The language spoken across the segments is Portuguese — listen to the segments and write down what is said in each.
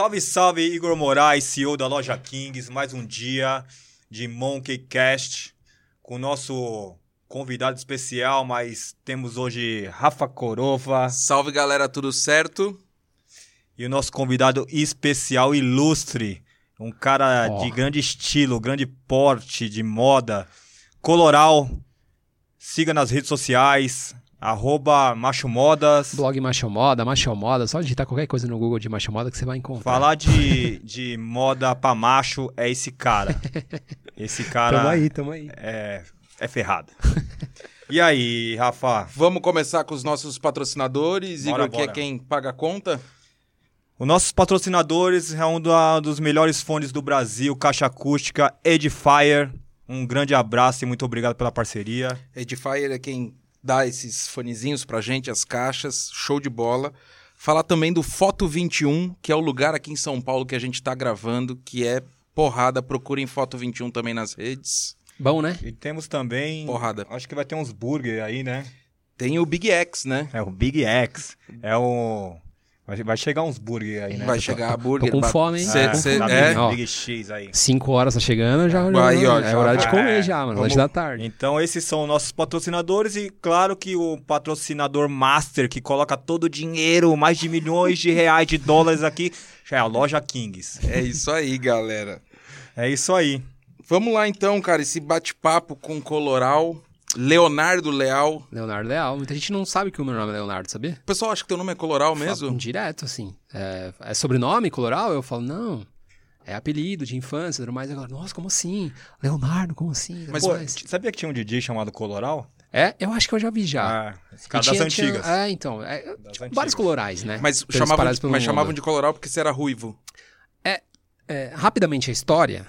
Salve, salve, Igor Moraes, CEO da Loja Kings. Mais um dia de Monkey Cast com o nosso convidado especial, mas temos hoje Rafa Corova. Salve, galera, tudo certo? E o nosso convidado especial, ilustre, um cara de grande estilo, grande porte, de moda, Coloral. Siga nas redes sociais, @machomodas. Blog Macho Moda, só digitar qualquer coisa no Google de Macho Moda que você vai encontrar. Falar de moda pra macho é esse cara. Esse cara Tamo aí. É ferrado. E aí, Rafa? Vamos começar com os nossos patrocinadores. Bora, Igor, que é quem paga a conta? Os nossos patrocinadores é um dos melhores fones do Brasil, caixa acústica, Edifier. Um grande abraço e muito obrigado pela parceria. Edifier é quem dá esses fonezinhos pra gente, as caixas, show de bola. Falar também do Foto 21, que é o lugar aqui em São Paulo que a gente tá gravando, que é porrada. Procurem Foto 21 também nas redes. Bom, né? E temos também... Porrada. Acho que vai ter uns burger aí, né? Tem o Big X, né? É o Big X. É o... Vai chegar uns burger aí, né? Vai chegar hambúrguer. Tô com fome, hein? Big X aí. 5 horas tá chegando, já Aí, ó, é horário de comer já, mano. Lanche da tarde. Então esses são nossos patrocinadores e claro que o patrocinador master que coloca todo o dinheiro, mais de milhões de reais, de dólares aqui, já é a Loja Kings. É isso aí, galera. É isso aí. Vamos lá então, cara, esse bate-papo com o Coloral. Leonardo Leal. Leonardo Leal. Muita gente não sabe que o meu nome é Leonardo, sabia? O pessoal acha que teu nome é Coloral mesmo? Direto, assim. É sobrenome Coloral? Eu falo, não. É apelido de infância e tudo mais. Agora, nossa, como assim? Leonardo, como assim? Mas sabia que tinha um DJ chamado Coloral? Eu acho que eu já vi já. Esse cara das antigas. Vários colorais, né? Mas chamavam de Coloral porque você era ruivo. Rapidamente a história,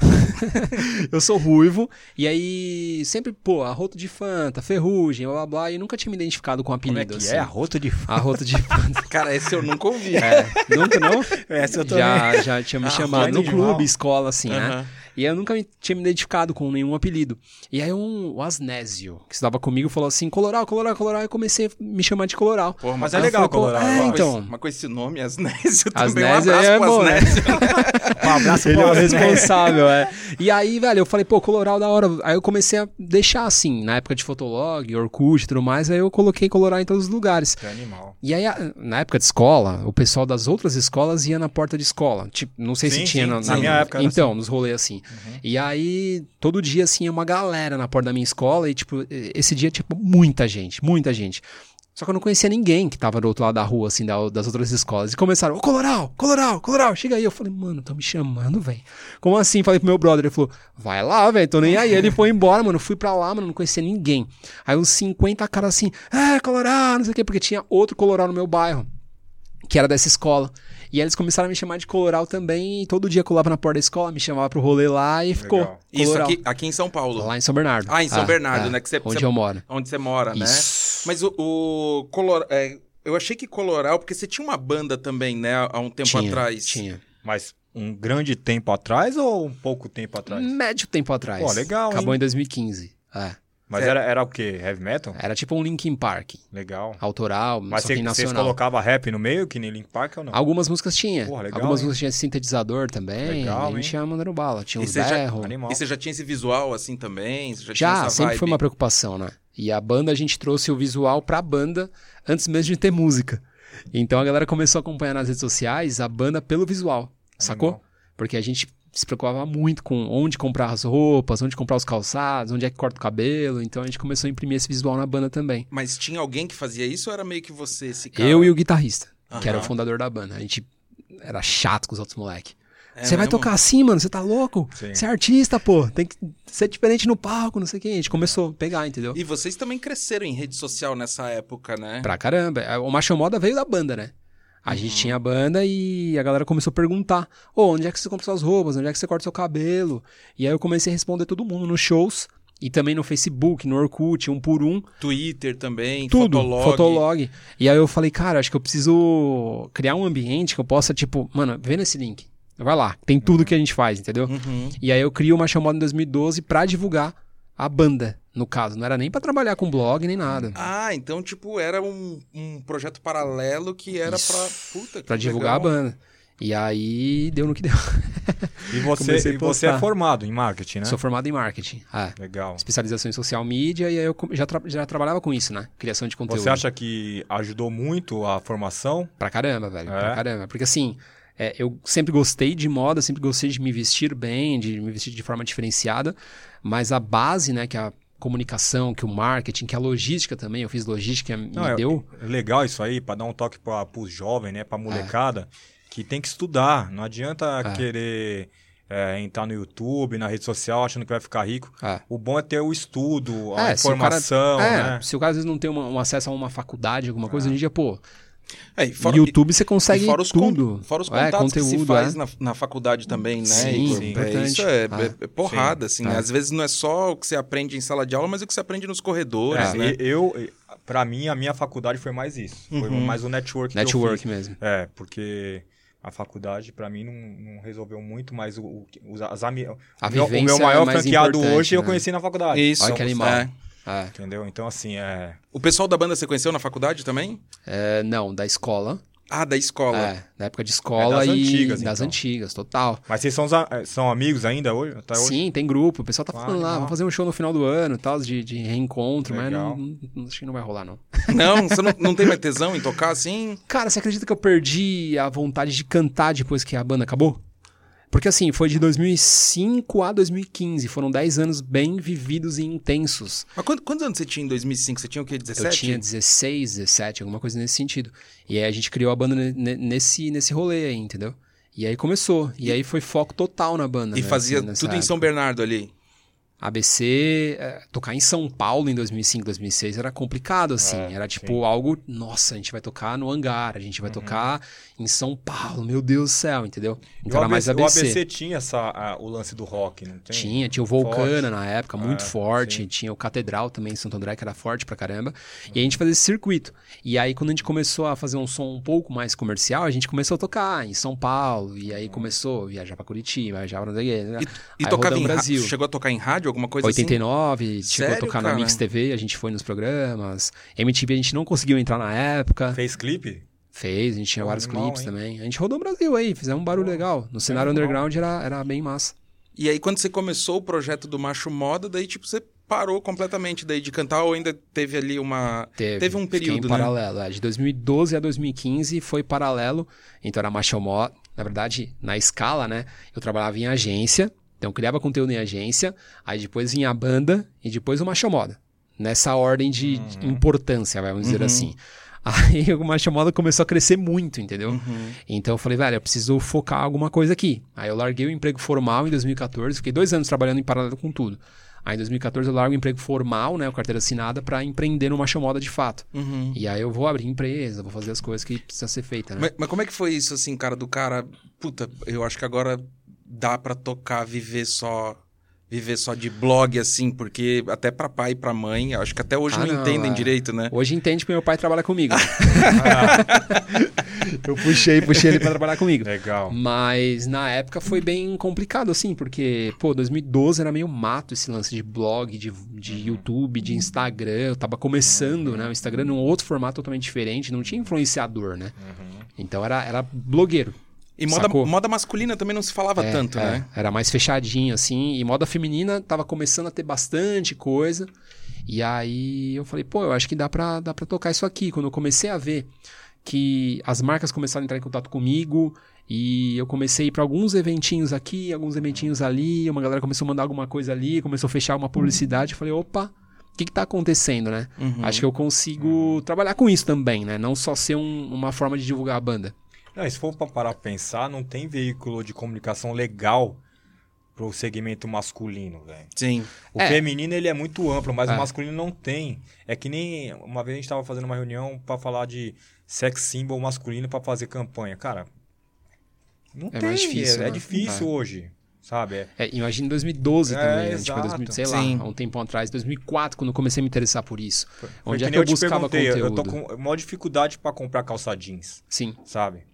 eu sou ruivo, e aí sempre, arroto de Fanta, ferrugem, blá blá blá, e nunca tinha me identificado com o apelido. Como é que assim. Arroto de Fanta? Arroto de Fanta. Cara, esse eu nunca ouvi. Nunca, não? Essa eu também. Já tinha me chamado no clube, escola, assim, né? E eu nunca tinha me identificado com nenhum apelido. E aí o Asnésio, que estudava comigo, falou assim, Coloral, e eu comecei a me chamar de Coloral. Porra, mas é legal, Coloral. Mas com esse nome, Asnésio também, Asnésio um abraço pro Asnésio. Um abraço Ele pro é o Asnésio. responsável, E aí, velho, eu falei, Coloral da hora. Aí eu comecei a deixar assim, na época de Fotolog, Orkut e tudo mais, aí eu coloquei Coloral em todos os lugares. Que animal. E aí, na época de escola, o pessoal das outras escolas ia na porta de escola. Tipo, não sei se tinha na minha época. Então, assim. Nos rolês assim. E aí, todo dia, assim, uma galera na porta da minha escola e, tipo, esse dia, tipo, muita gente. Só que eu não conhecia ninguém que tava do outro lado da rua, assim, das outras escolas. E começaram, Coloral, chega aí. Eu falei, mano, tão me chamando, velho. Como assim? Falei pro meu brother, ele falou, vai lá, velho, tô nem aí. Ele foi embora, mano, fui pra lá, mano, não conhecia ninguém. Aí uns 50 caras assim, Coloral, não sei o quê, porque tinha outro Coloral no meu bairro, que era dessa escola. E aí eles começaram a me chamar de Coloral também, e todo dia colava na porta da escola, me chamava pro rolê lá e ficou. Legal. Isso aqui em São Paulo. Lá em São Bernardo. Em São Bernardo, né? Que onde eu moro. Onde você mora, né? Isso. Mas o Coloral... eu achei que Coloral, porque você tinha uma banda também, né? Há um tempo atrás. Tinha. Mas um grande tempo atrás ou um pouco tempo atrás? Médio tempo atrás. Pô, legal, Acabou hein? em 2015. Mas era o quê? Heavy metal? Era tipo um Linkin Park. Legal. Autoral, Mas só que vocês nacional. colocavam rap no meio, que nem Linkin Park ou não? Algumas músicas tinha. Porra, legal, Algumas hein? músicas tinha sintetizador também. Legal, a gente ia mandando bala. Tinha uns berros. Animal. E você já tinha esse visual assim também? Você já tinha essa sempre vibe? foi uma preocupação, né? E a banda, a gente trouxe o visual pra banda antes mesmo de ter música. Então a galera começou a acompanhar nas redes sociais a banda pelo visual, sacou? Porque a gente se preocupava muito com onde comprar as roupas, onde comprar os calçados, onde é que corta o cabelo. Então a gente começou a imprimir esse visual na banda também. Mas tinha alguém que fazia isso ou era meio que você, esse cara? Eu e o guitarrista, que era o fundador da banda. A gente era chato com os outros moleques. Você vai tocar assim, mano? Você tá louco? Sim. Você é artista, pô. Tem que ser diferente no palco, não sei o que. A gente começou a pegar, entendeu? E vocês também cresceram em rede social nessa época, né? Pra caramba. O Macho Moda veio da banda, né? A gente tinha a banda e a galera começou a perguntar, onde é que você compra suas roupas? Onde é que você corta seu cabelo? E aí eu comecei a responder todo mundo nos shows. E também no Facebook, no Orkut, 1 por 1. Twitter também, Tudo, Fotolog. Fotolog. E aí eu falei, cara, acho que eu preciso criar um ambiente que eu possa, tipo, mano, vê nesse link. Vai lá, tem tudo que a gente faz, entendeu? E aí eu criei uma chamada em 2012 pra divulgar a banda, no caso. Não era nem pra trabalhar com blog, nem nada. Ah, então, tipo, era um projeto paralelo que era pra... Puta, que Pra divulgar legal. a banda. E aí deu no que deu. E você é formado em marketing, né? Sou formado em marketing. Legal. Especialização em social media e aí eu já trabalhava com isso, né? Criação de conteúdo. Você acha que ajudou muito a formação? Pra caramba, velho. Pra caramba. Porque assim, eu sempre gostei de moda, sempre gostei de me vestir bem, de me vestir de forma diferenciada, mas a base, né, que a comunicação, que o marketing, que a logística também, eu fiz logística, deu. É legal isso aí, para dar um toque para os jovens, né, para molecada, que tem que estudar. Não adianta querer entrar no YouTube, na rede social, achando que vai ficar rico. O bom é ter o estudo, a informação, né? Se o cara às vezes não tem um acesso a uma faculdade, alguma coisa, hoje em dia, pô... fora, YouTube você consegue tudo. Fora os contatos conteúdo, que se faz na faculdade também, né? Sim, isso é porrada, assim. Às vezes não é só o que você aprende em sala de aula, mas o que você aprende nos corredores, né? Pra mim, a minha faculdade foi mais isso. Foi mais o network que eu fiz. Network mesmo. Porque a faculdade, pra mim, não resolveu muito, mas o meu maior franqueado hoje, né? eu conheci na faculdade. Isso. Olha que animal. Entendeu? Então, assim, O pessoal da banda você conheceu na faculdade também? Não, da escola. Da escola. Da época de escola das antigas, total. Mas vocês são amigos ainda hoje? Até hoje? Sim, tem grupo. O pessoal tá falando lá, vamos fazer um show no final do ano, tal, de reencontro, legal. Mas acho que não vai rolar, não. Não? Você não tem mais tesão em tocar assim? Cara, você acredita que eu perdi a vontade de cantar depois que a banda acabou? Porque assim, foi de 2005 a 2015. Foram 10 anos bem vividos e intensos. Mas quantos anos você tinha em 2005? Você tinha o quê, 17? Eu tinha 16, 17, alguma coisa nesse sentido. E aí a gente criou a banda nesse rolê aí, entendeu? E aí começou. E aí foi foco total na banda. E fazia tudo em São Bernardo ali? ABC, tocar em São Paulo em 2005, 2006 era complicado, assim. Era tipo algo, nossa, a gente vai tocar no Hangar, a gente vai tocar em São Paulo, meu Deus do céu, entendeu? Então era mais ABC. O ABC tinha o lance do rock, não tem? Tinha o Vulcana na época, muito forte. Sim. Tinha o Catedral também em Santo André, que era forte pra caramba. E a gente fazia esse circuito. E aí, quando a gente começou a fazer um som um pouco mais comercial, a gente começou a tocar em São Paulo. E aí começou a viajar pra Curitiba, viajar pra... E tocava em Brasil. Chegou a tocar em rádio? Alguma coisa 89, assim? Chegou a tocar na Mix TV, a gente foi nos programas. MTV a gente não conseguiu entrar na época. Fez clipe? Fez, a gente tinha vários clipes também. A gente rodou o Brasil aí, fizemos um barulho legal. No cenário underground era bem massa. E aí quando você começou o projeto do Macho Moda, daí tipo você parou completamente daí de cantar ou ainda teve ali Teve um período, em paralelo. De 2012 a 2015 foi paralelo. Então era Macho Moda. Na verdade, na escala, né? Eu trabalhava em agência. Então, eu criava conteúdo em agência, aí depois vinha a banda e depois o Macho Moda. Nessa ordem de importância, vamos dizer assim. Aí o Macho Moda começou a crescer muito, entendeu? Então eu falei, velho, eu preciso focar alguma coisa aqui. Aí eu larguei o emprego formal em 2014, fiquei 2 anos trabalhando em paralelo com tudo. Aí em 2014 eu largo o emprego formal, né, a carteira assinada, pra empreender no Macho Moda de fato. E aí eu vou abrir empresa, vou fazer as coisas que precisam ser feitas, né? Mas como é que foi isso, assim, cara, do cara... Puta, eu acho que agora... dá pra tocar, viver só de blog, assim, porque até pra pai e pra mãe, acho que até hoje não entendem direito, né? Hoje entende porque meu pai trabalha comigo. Eu puxei ele pra trabalhar comigo. Legal. Mas na época foi bem complicado, assim, porque, 2012 era meio mato esse lance de blog, de YouTube, de Instagram. Eu tava começando, né? O Instagram num outro formato totalmente diferente, não tinha influenciador, né? Então era blogueiro. E moda masculina também não se falava tanto, né? Era mais fechadinho, assim. E moda feminina tava começando a ter bastante coisa. E aí eu falei, eu acho que dá pra tocar isso aqui. Quando eu comecei a ver que as marcas começaram a entrar em contato comigo e eu comecei a ir pra alguns eventinhos aqui, alguns eventinhos ali, uma galera começou a mandar alguma coisa ali, começou a fechar uma publicidade. Eu falei, opa, o que tá acontecendo, né? Acho que eu consigo trabalhar com isso também, né? Não só ser uma forma de divulgar a banda. Não, se for para parar pra pensar, não tem veículo de comunicação legal pro segmento masculino, velho. Sim. O feminino, ele é muito amplo, mas o masculino não tem. É que nem... Uma vez a gente tava fazendo uma reunião para falar de sex symbol masculino para fazer campanha. Cara, não tem. Mais difícil, é difícil hoje, sabe? Imagina em 2012 também, tipo, 2000, sei lá, Sim. há um tempão atrás, 2004, quando eu comecei a me interessar por isso. Onde que é que eu buscava conteúdo? Eu tô com maior dificuldade para comprar calça jeans. Sim. Sabe?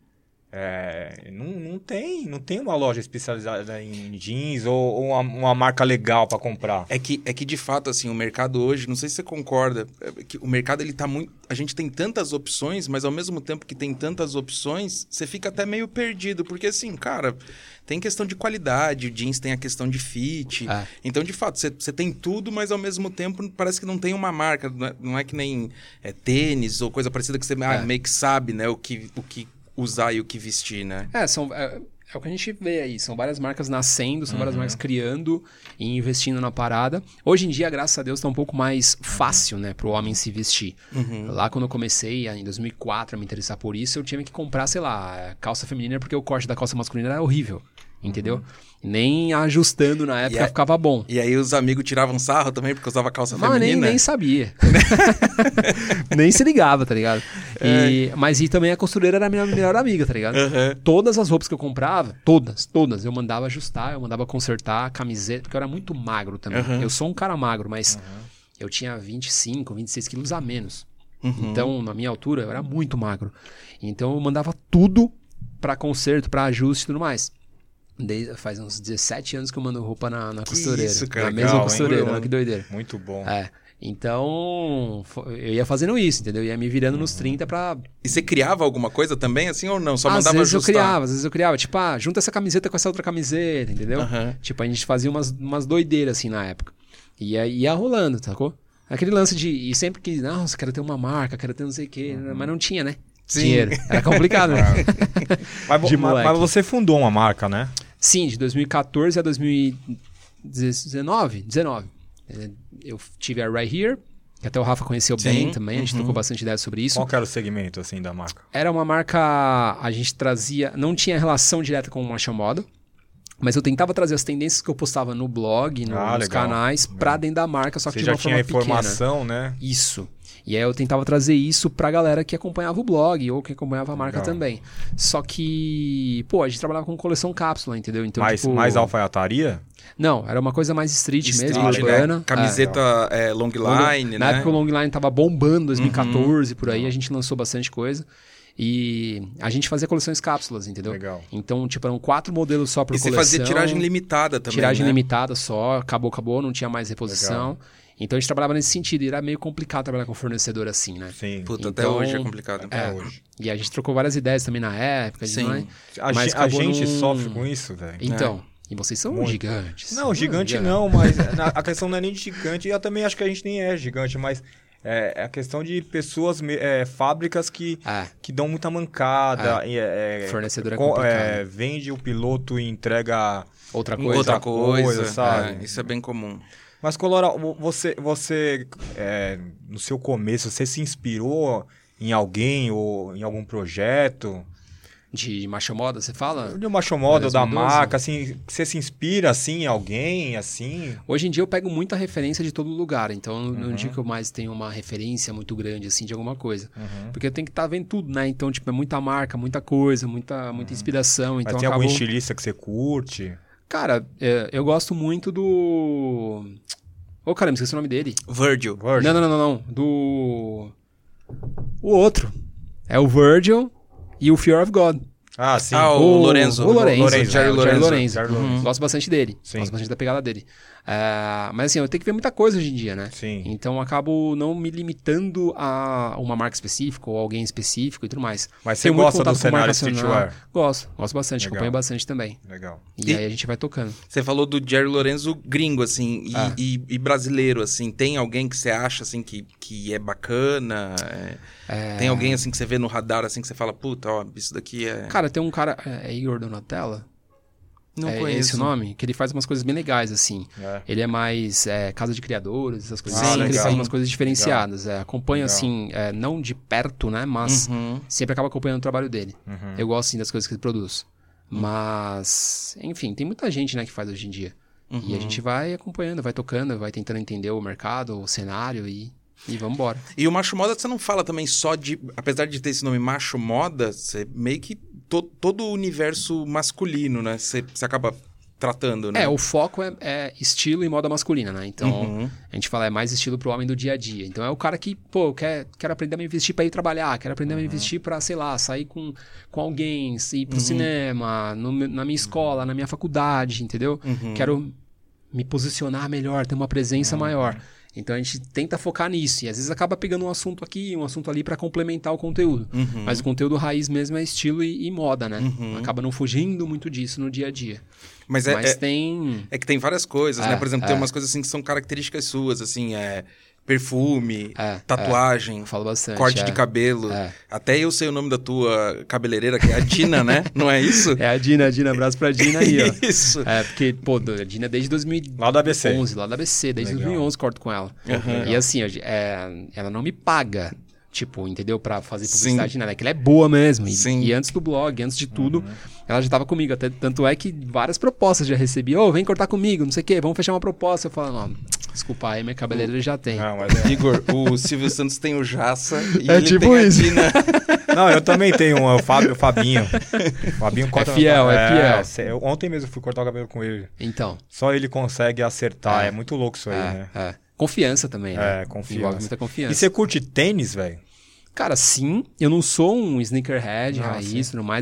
Não tem uma loja especializada em jeans ou uma marca legal para comprar. É que de fato, assim, o mercado hoje, não sei se você concorda, que o mercado ele tá muito... A gente tem tantas opções, mas ao mesmo tempo que tem tantas opções, você fica até meio perdido, porque assim, cara, tem questão de qualidade, o jeans tem a questão de fit, então de fato, você tem tudo, mas ao mesmo tempo parece que não tem uma marca, não é que nem tênis ou coisa parecida que você meio que sabe, né, o que usar e o que vestir, né? É o que a gente vê aí, são várias marcas nascendo, são várias marcas criando e investindo na parada. Hoje em dia, graças a Deus, tá um pouco mais fácil, né, pro homem se vestir. Lá quando eu comecei, em 2004, a me interessar por isso, eu tinha que comprar, sei lá, calça feminina, porque o corte da calça masculina era horrível, entendeu? Nem ajustando na época ficava bom. E aí os amigos tiravam sarro também porque usava calça feminina? Nem sabia. Nem se ligava, tá ligado? Mas também a costureira era a minha melhor amiga, tá ligado? Todas as roupas que eu comprava, todas, eu mandava ajustar, eu mandava consertar, camiseta, porque eu era muito magro também. Eu sou um cara magro, mas eu tinha 25, 26 quilos a menos. Então, na minha altura, eu era muito magro. Então, eu mandava tudo pra conserto, pra ajuste e tudo mais. Faz uns 17 anos que eu mando roupa na costureira. Isso, cara. Na mesma costureira, olha que doideira. Muito bom. Então, eu ia fazendo isso, entendeu? Eu ia me virando nos 30 pra... E você criava alguma coisa também, assim, ou não? Só às mandava vezes ajustar? Às vezes eu criava. Tipo, junta essa camiseta com essa outra camiseta, entendeu? Tipo, a gente fazia umas doideiras, assim, na época. E aí ia rolando, sacou? Aquele lance de... E sempre que... Nossa, quero ter uma marca, quero ter não sei o quê. Mas não tinha, né? Sim. Dinheiro. Era complicado, né? Mas você fundou uma marca, né? Sim, de 2014 a 2019. Eu tive a Right Here, que até o Rafa conheceu bem também, a gente trocou bastante ideia sobre isso. Qual que era o segmento, assim, da marca? Era uma marca, a gente trazia, não tinha relação direta com o Marshall Moda, mas eu tentava trazer as tendências que eu postava no blog, nos canais, pra dentro da marca, só que você de uma já tinha forma informação, pequena. Né? Isso. E aí eu tentava trazer isso pra galera que acompanhava o blog ou que acompanhava a marca também. Só que, a gente trabalhava com coleção cápsula, entendeu? Então, mais alfaiataria? Não, era uma coisa mais street mesmo, né? urbana. Camiseta long line, né? Na época o long line tava bombando, 2014, por aí, a gente lançou bastante coisa. E a gente fazia coleções cápsulas, entendeu? Legal. Então, eram 4 modelos só por coleção. E você fazia tiragem limitada também, Tiragem limitada só, acabou, não tinha mais reposição. Legal. Então a gente trabalhava nesse sentido, e era meio complicado trabalhar com fornecedor assim, né? Sim. Puta, até hoje é complicado. Até hoje. E a gente trocou várias ideias também na época. Sim. A gente sofre com isso, velho. Então, e vocês são gigantes. Não, gigante não, mas a questão não é nem de gigante, e eu também acho que a gente nem é gigante, mas é a questão de pessoas, fábricas que dão muita mancada. Fornecedor é complicado. Vende o piloto e entrega outra coisa, sabe? Isso é bem comum. Mas, Coloral, você no seu começo, você se inspirou em alguém ou em algum projeto? De Marshall Moda, você fala? De Marshall Moda, ou da marca, assim, você se inspira, assim, em alguém, assim? Hoje em dia eu pego muita referência de todo lugar, então não digo que eu mais tenho uma referência muito grande, assim, de alguma coisa. Porque eu tenho que estar vendo tudo, né? Então, é muita marca, muita coisa, muita inspiração. Então, mas tem algum estilista que você curte? Cara, eu gosto muito do... Caramba, esqueci o nome dele. Virgil. Não. O outro. É o Virgil e o Fear of God. Ah, sim. O Lorenzo. Jerry Lorenzo. Gosto bastante dele. Sim. Gosto bastante da pegada dele. Mas assim, eu tenho que ver muita coisa hoje em dia, né? Sim. Então eu acabo não me limitando a uma marca específica ou alguém específico e tudo mais. Mas você gosta do cenário streetwear? Gosto bastante, Legal. Acompanho bastante também. Legal. E aí a gente vai tocando. Você falou do Jerry Lorenzo gringo, assim, e brasileiro, assim. Tem alguém que você acha, assim, que é bacana? Tem alguém, assim, que você vê no radar, assim, que você fala, puta, isso daqui é... Cara, tem um cara, Igor Donatella? Não conheço. Esse o nome? Que ele faz umas coisas bem legais, assim. Ele é mais casa de criadores, essas coisas. Sim, ele faz umas coisas diferenciadas. Acompanho, assim, não de perto, né? Mas sempre acabo acompanhando o trabalho dele. Eu gosto, assim, das coisas que ele produz. Mas, enfim, tem muita gente, né, que faz hoje em dia. E a gente vai acompanhando, vai tocando, vai tentando entender o mercado, o cenário e vamos embora. E o Macho Moda, você não fala também só de... Apesar de ter esse nome Macho Moda, você meio que... Todo o universo masculino, né? Você acaba tratando, né? O foco é estilo e moda masculina, né? Então, a gente fala, é mais estilo pro homem do dia a dia. Então, é o cara que, quero aprender a me vestir pra ir trabalhar, quero aprender a me vestir pra, sei lá, sair com alguém, ir pro cinema, na minha escola, na minha faculdade, entendeu? Quero me posicionar melhor, ter uma presença maior. Então, a gente tenta focar nisso. E, às vezes, acaba pegando um assunto aqui, um assunto ali pra complementar o conteúdo. Mas o conteúdo raiz mesmo é estilo e moda, né? Acaba não fugindo muito disso no dia a dia. Mas tem... É que tem várias coisas, né? Por exemplo, tem umas coisas assim que são características suas, assim, perfume, tatuagem, falo bastante, corte de cabelo. Até eu sei o nome da tua cabeleireira, que é a Dina, né? Não é isso? É a Dina, abraço pra Dina aí, ó. Isso. Porque, a Dina é desde 2011, lá da ABC. Desde 2011 corto com ela. E assim, ela não me paga, tipo, entendeu? Pra fazer publicidade, nada. É que ela é boa mesmo. E antes do blog, antes de tudo, ela já tava comigo. Tanto é que várias propostas já recebi. Vem cortar comigo, não sei o quê, vamos fechar uma proposta. Eu falo, não, desculpa, aí minha cabeleireira já tem. Não, mas Igor, o Silvio Santos tem o Jaça e É ele tipo tem isso. a Dina. Não, eu também tenho o Fabinho. O Fabinho corta... fiel. Ontem mesmo eu fui cortar o cabelo com ele. Então. Só ele consegue acertar. É muito louco isso aí, né? Confiança também, né? Confiança. Envolve muita confiança. E você curte tênis, velho? Cara, sim. Eu não sou um sneakerhead, raiz e tudo mais.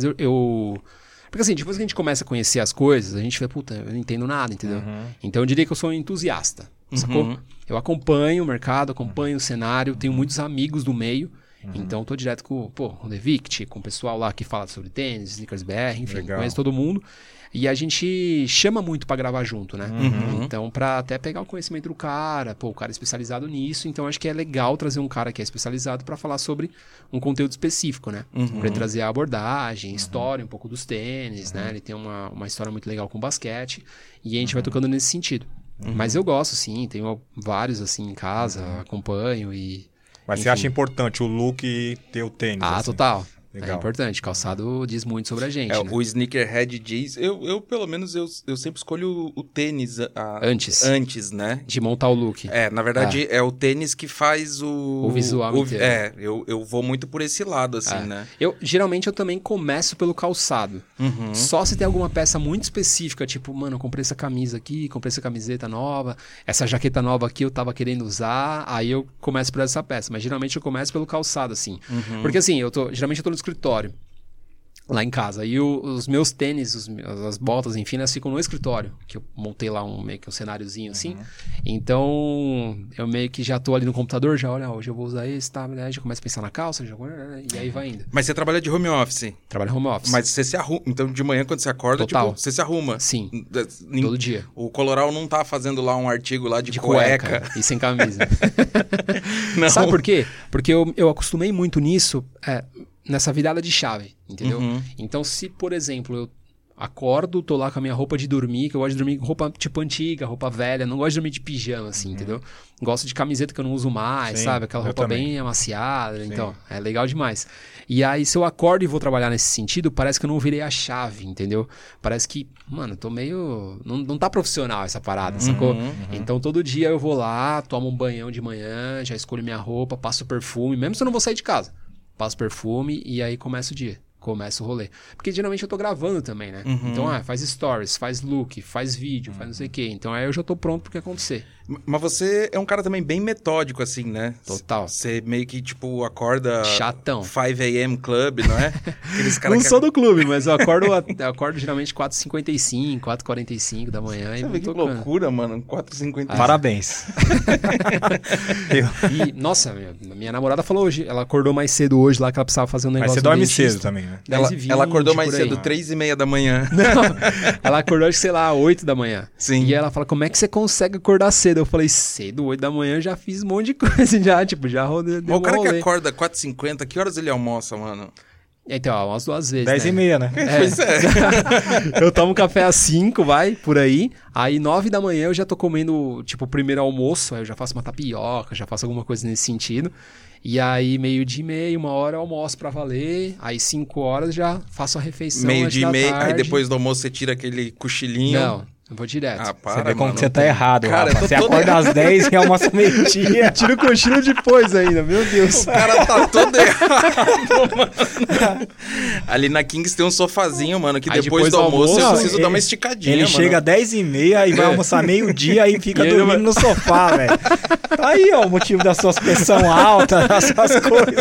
Porque assim, depois que a gente começa a conhecer as coisas, a gente fala, puta, eu não entendo nada, entendeu? Então eu diria que eu sou um entusiasta, sacou? Eu acompanho o mercado, acompanho o cenário, tenho muitos amigos do meio, então tô direto com o Devict, com o pessoal lá que fala sobre tênis, Sneakers BR, enfim, conheço todo mundo. E a gente chama muito pra gravar junto, né? Então, pra até pegar o conhecimento do cara, o cara é especializado nisso, então acho que é legal trazer um cara que é especializado pra falar sobre um conteúdo específico, né? Pra ele trazer a abordagem, história um pouco dos tênis, né? Ele tem uma história muito legal com basquete, e a gente vai tocando nesse sentido. Mas eu gosto, sim, tenho vários assim em casa, acompanho e... Mas você acha importante o look ter o tênis? assim? Total. Legal. É importante, calçado diz muito sobre a gente, né? O sneakerhead diz... Eu pelo menos, eu sempre escolho o tênis antes, né? De montar o look. Na verdade, é o tênis que faz o visual inteiro. Eu vou muito por esse lado, assim, né? Geralmente, eu também começo pelo calçado. Só se tem alguma peça muito específica, tipo, mano, eu comprei essa camisa aqui, comprei essa camiseta nova, essa jaqueta nova aqui eu tava querendo usar, aí eu começo por essa peça. Mas, geralmente, eu começo pelo calçado, assim. Porque, assim, geralmente eu tô no escritório, lá em casa. E os meus tênis, as botas, enfim, elas ficam no escritório. Que eu montei lá meio que um cenáriozinho assim. Então, eu meio que já tô ali no computador, já olha, hoje eu vou usar esse, tá? Aí já começo a pensar na calça, e aí vai indo. Mas você trabalha de home office? Trabalho home office. Mas você se arruma. Então, de manhã, quando você acorda, você se arruma. Sim, todo dia. O Coloral não tá fazendo lá um artigo lá de cueca. E sem camisa. Não. Sabe por quê? Porque eu acostumei muito nisso... nessa virada de chave, entendeu? Então, se, por exemplo, eu acordo, tô lá com a minha roupa de dormir, que eu gosto de dormir com roupa tipo antiga, roupa velha, não gosto de dormir de pijama, assim, entendeu? Gosto de camiseta que eu não uso mais, sabe? Aquela roupa bem amaciada, então, é legal demais. E aí, se eu acordo e vou trabalhar nesse sentido, parece que eu não virei a chave, entendeu? Parece que, mano, tô meio... Não tá profissional essa parada, sacou? Então, todo dia eu vou lá, tomo um banhão de manhã, já escolho minha roupa, passo perfume, mesmo se eu não vou sair de casa. Passo perfume e aí começa o dia. Começa o rolê. Porque geralmente eu tô gravando também, né? Então, faz stories, faz look, faz vídeo, faz não sei o quê. Então aí eu já tô pronto pro que acontecer. Mas você é um cara também bem metódico, assim, né? Total. Você meio que, tipo, acorda... Chatão. 5 a.m. Club, não é? Aqueles não sou do clube, mas eu acordo geralmente 4h55, 4h45 da manhã. Você vê que loucura, mano. 4h55. Parabéns. E, nossa, minha namorada falou hoje, ela acordou mais cedo hoje lá, que ela precisava fazer um negócio. Mas você dorme cedo também, né? 10h20, ela acordou mais cedo, 3h30 da manhã. Não, ela acordou, sei lá, 8 da manhã. Sim. E ela fala, como é que você consegue acordar cedo? Eu falei, cedo, 8 da manhã eu já fiz um monte de coisa, já rodei. Mas o cara que acorda 4h50, que horas ele almoça, mano? Então, umas 2 vezes, 10h30, né? Pois é. Eu tomo café às 5, por aí. Aí 9 da manhã eu já tô comendo, tipo, o primeiro almoço. Aí eu já faço uma tapioca, já faço alguma coisa nesse sentido. E aí, 12h30, 1h eu almoço pra valer. Aí 5 horas já faço a refeição. 12h30, aí depois do almoço você tira aquele cochilinho. Não, Eu vou direto. Ah, para, Você vê como mano. que você tá errado, Cara, Rafa. eu tô Você todo acorda às 10 e almoça meio-dia. Tira o cochilo depois ainda, meu Deus. O cara tá todo errado, mano. Ali na Kings tem um sofazinho, mano, que Aí depois do almoço eu Não, preciso ele- dar uma esticadinha, Ele mano. chega às 10h30 e vai almoçar meio-dia e fica E ele dormindo no sofá, velho. Tá aí, ó, o motivo da sua pressão alta, das suas coisas.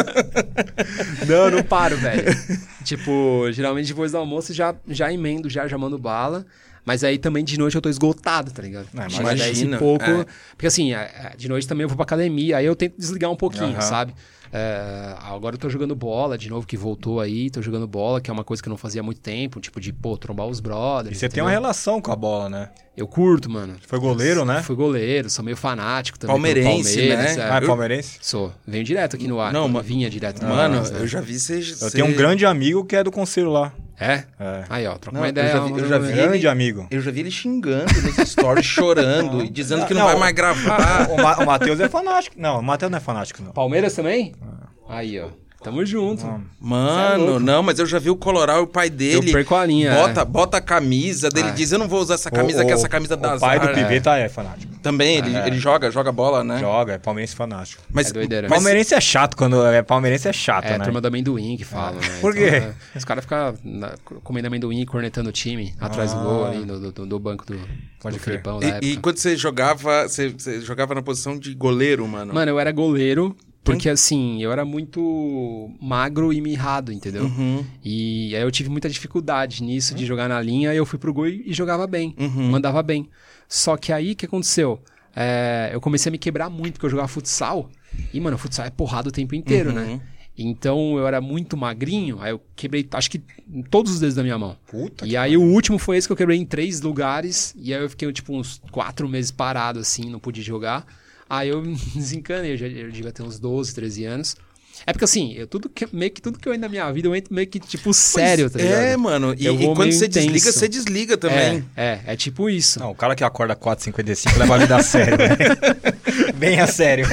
Não, não paro, velho. Tipo, geralmente depois do almoço já emendo, já mando bala. Mas aí também de noite eu tô esgotado, tá ligado? Não, Chega às 10 e imagina, pouco. é. Porque assim, de noite também eu vou pra academia, aí eu tento desligar um pouquinho, Aham. sabe? Agora eu tô jogando bola, de novo, que voltou aí, tô jogando bola, que é uma coisa que eu não fazia há muito tempo, tipo de, trombar os brothers. E você tem uma relação com a bola, né? Eu curto, mano. Foi goleiro, né? Fui goleiro, sou meio fanático também. Palmeirense, pelo Palmeiras, né? é. Ah, é palmeirense? Sou. Venho direto aqui no ar. Não, vinha direto no Mano, ar. eu já vi você... Eu tenho um grande amigo que é do conselho lá. É? É. Aí, ó, troca Não, uma eu ideia. já vi Grande ele- amigo. Eu já vi ele xingando nos stories, chorando e dizendo que não, Não, vai mais gravar. O Matheus é fanático. Não, o Matheus não é fanático, não. Palmeiras também? Aí, ó. Tamo junto. Mano, não, mas eu já vi o Colorado e o pai dele. Eu perco a linha, Bota a camisa dele, Ah. diz: eu não vou usar essa camisa, que essa camisa dá O pai do azar. Piveta é fanático. Também, ele joga bola, né? Joga, é palmeirense fanático. Mas, É doideira. Palmeirense é chato quando é palmeirense é chato, É, a né? turma do amendoim que fala, né? Por quê? Os caras ficam comendo amendoim e cornetando o time atrás do gol ali, do banco do Pode crer. Filipão da E época. quando você jogava, você jogava na posição de goleiro, mano. Mano, eu era goleiro, porque assim, eu era muito magro e mirrado, entendeu? Uhum. E aí eu tive muita dificuldade nisso, de jogar na linha, eu fui pro gol e jogava bem, mandava bem. Só que aí, o que aconteceu? Eu comecei a me quebrar muito, porque eu jogava futsal, e, mano, futsal é porrada o tempo inteiro, né? Então, eu era muito magrinho, aí eu quebrei, acho que todos os dedos da minha mão. Puta E aí, o último foi esse que eu quebrei em 3 lugares, e aí eu fiquei, tipo, uns 4 meses parado, assim, não pude jogar. Aí eu desencanei, eu devia ter uns 12, 13 anos. É porque assim, meio que tudo que eu entro na minha vida, eu entro meio que, tipo, sério, tá ligado? É, mano. E Eu vou quando meio você intenso. desliga, você desliga também. É tipo isso. Não, o cara que acorda 4h55 leva a vida a sério, né? Bem a sério.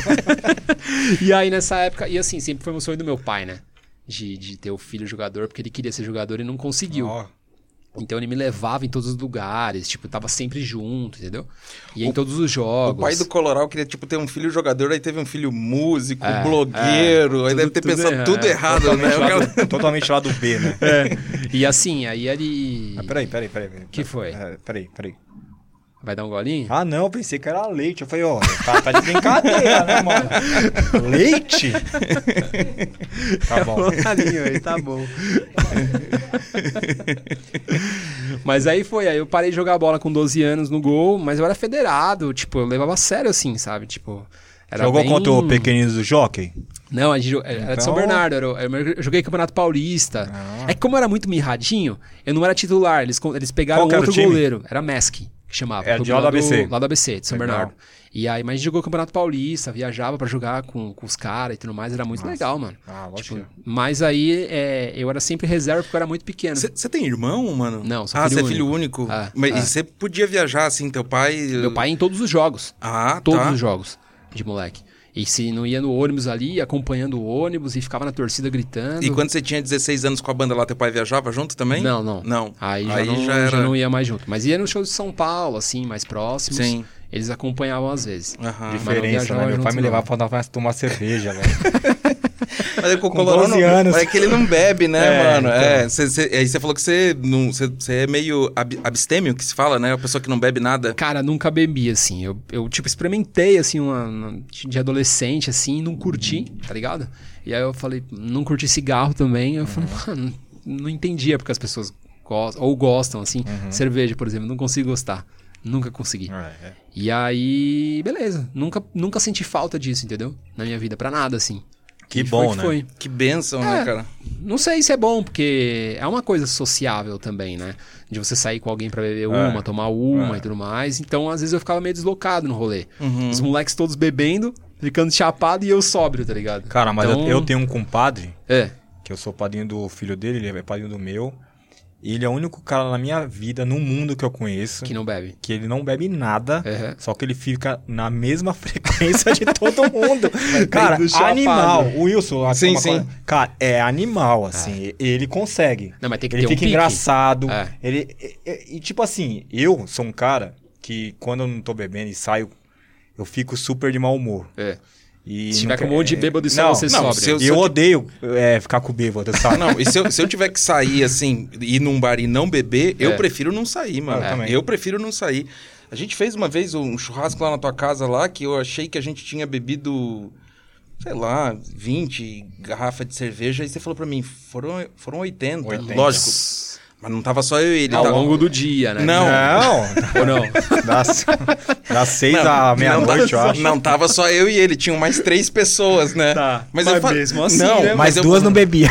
E aí, nessa época, e assim, sempre foi um sonho do meu pai, né? De ter o filho jogador, porque ele queria ser jogador e não conseguiu. Ó, Então ele me levava em todos os lugares, tipo, tava sempre junto, entendeu? Ia em todos os jogos. O pai do Colorado queria, tipo, ter um filho jogador, aí teve um filho músico, É, blogueiro, aí tudo- deve ter tudo pensado errado. tudo errado, né? O cara... totalmente lá do B, né? E assim, aí ele... Ah, peraí. Que foi? Peraí. Vai dar um golinho? Ah, não, eu pensei que era leite. Eu falei, ó, tá de brincadeira, né, mano? Leite? Tá bom. Golinho aí, tá bom. Mas aí eu parei de jogar bola com 12 anos no gol, mas eu era federado, tipo, eu levava a sério assim, sabe? Tipo, era Jogou bem... contra o Pequeninos do Jockey? Não, era de São Então- Bernardo, eu joguei Campeonato Paulista. É que como eu era muito mirradinho, eu não era titular, eles pegaram Qual que era o outro time? goleiro, era Mesk, que chamava. Era de clube lá do ABC. Lá do ABC, de São Legal. Bernardo. E aí, mas a gente jogou Campeonato Paulista, viajava pra jogar com os caras e tudo mais, era muito legal, mano. Ah, lógico. Tipo, mas aí eu era sempre reserva porque eu era muito pequeno. Você tem irmão, mano? Não, sou Ah, filho você é filho único. Ah, Mas ah. e você podia viajar, assim, teu pai... Meu pai ia em todos os jogos. Ah, Todos tá. os jogos de moleque. E se não ia no ônibus ali, ia acompanhando o ônibus e ficava na torcida gritando. E quando você tinha 16 anos com a banda lá, teu pai viajava junto também? Não. Não. Aí já já não ia mais junto. Mas ia no show de São Paulo, assim, mais próximos. Sim. Eles acompanhavam às vezes. Aham. Mas não Diferença, viajava né? Meu pai junto, me não. levava pra tomar cerveja, velho. Mas é que o Com Colorado 12 anos. É que ele não bebe, né, É, mano? então. Aí você falou que você é meio abstêmio, que se fala, né? A pessoa que não bebe nada. Cara, nunca bebi, assim. Eu tipo, experimentei, assim, de adolescente, assim, e não curti, tá ligado? E aí eu falei, não curti cigarro também. Eu falei, mano, não entendia porque as pessoas gostam, assim. Cerveja, por exemplo, não consigo gostar. Nunca consegui. E aí, beleza. Nunca senti falta disso, entendeu? Na minha vida, pra nada, assim. Que E bom, foi né? Foi. Que bênção, né, cara? Não sei se é bom, porque é uma coisa sociável também, né? De você sair com alguém pra beber uma, tomar uma e tudo mais. Então, às vezes, eu ficava meio deslocado no rolê. Os moleques todos bebendo, ficando chapado e eu sóbrio, tá ligado? Cara, mas Então- eu tenho um compadre, É. que eu sou padrinho do filho dele, ele é padrinho do meu. Ele é o único cara na minha vida, no mundo que eu conheço, Que não bebe. que ele não bebe nada, Uhum. só que ele fica na mesma frequência de todo mundo. Cara, do chapado. animal. O Wilson, assim, Sim, uma sim. coisa- cara, é animal, assim. Ele consegue. Não, mas tem que Ele ter um fica pique. engraçado. É. E tipo assim, eu sou um cara que quando eu não tô bebendo e saio, eu fico super de mau humor. É. E Se não tiver com quer- um monte de bêbado e só não, você não, sobra. se Eu odeio ficar com bêbado, sabe? Não, e se eu tiver que sair, assim, ir num bar e não beber, eu É. prefiro não sair, mano. Eu também. Eu prefiro não sair. A gente fez uma vez um churrasco lá na tua casa lá, que eu achei que a gente tinha bebido, sei lá, 20 garrafas de cerveja, e você falou pra mim, foram 80. 80. Lógico, mas não tava só eu e ele. Ao tava- longo do dia, né? Não. Ou não? Das 6 à meia-noite, eu acho. Não tava só eu e ele, tinham mais 3 pessoas, né? Tá. Mas Mas eu falei, mesmo assim, não, né? Mas eu- duas não bebia.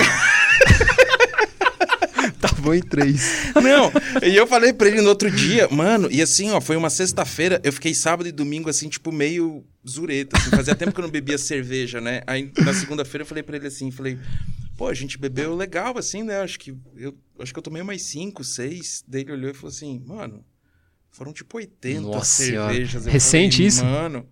Tava em 3. Não, e eu falei pra ele no outro dia, mano, e assim, ó, foi uma sexta-feira, eu fiquei sábado e domingo, assim, tipo, meio zureta, assim, fazia tempo que eu não bebia cerveja, né? Aí, na segunda-feira, eu falei pra ele assim, falei, pô, a gente bebeu legal, assim, né? Acho que eu tomei mais 5, 6, daí ele olhou e falou assim, mano, foram tipo 80 Nossa cervejas. senhora. Eu Recente falei, isso? Foi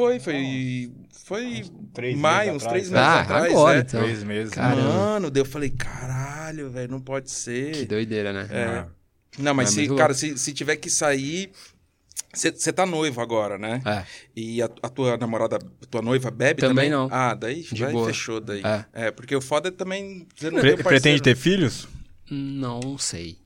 Três maio, meses uns 3 atrás, meses Ah, atrás, agora, é. então. 3 meses. Caramba. Mano, daí eu falei, caralho, velho, não pode ser. Que doideira, né? É. Não, mas É se, muito cara, se tiver que sair. Você tá noivo agora, né? É. E a tua namorada, tua noiva bebe Também também? não. Ah, daí De vai, boa. fechou daí. É. Porque o foda é também. Você não tem um Pretende parceiro. ter filhos? Não sei.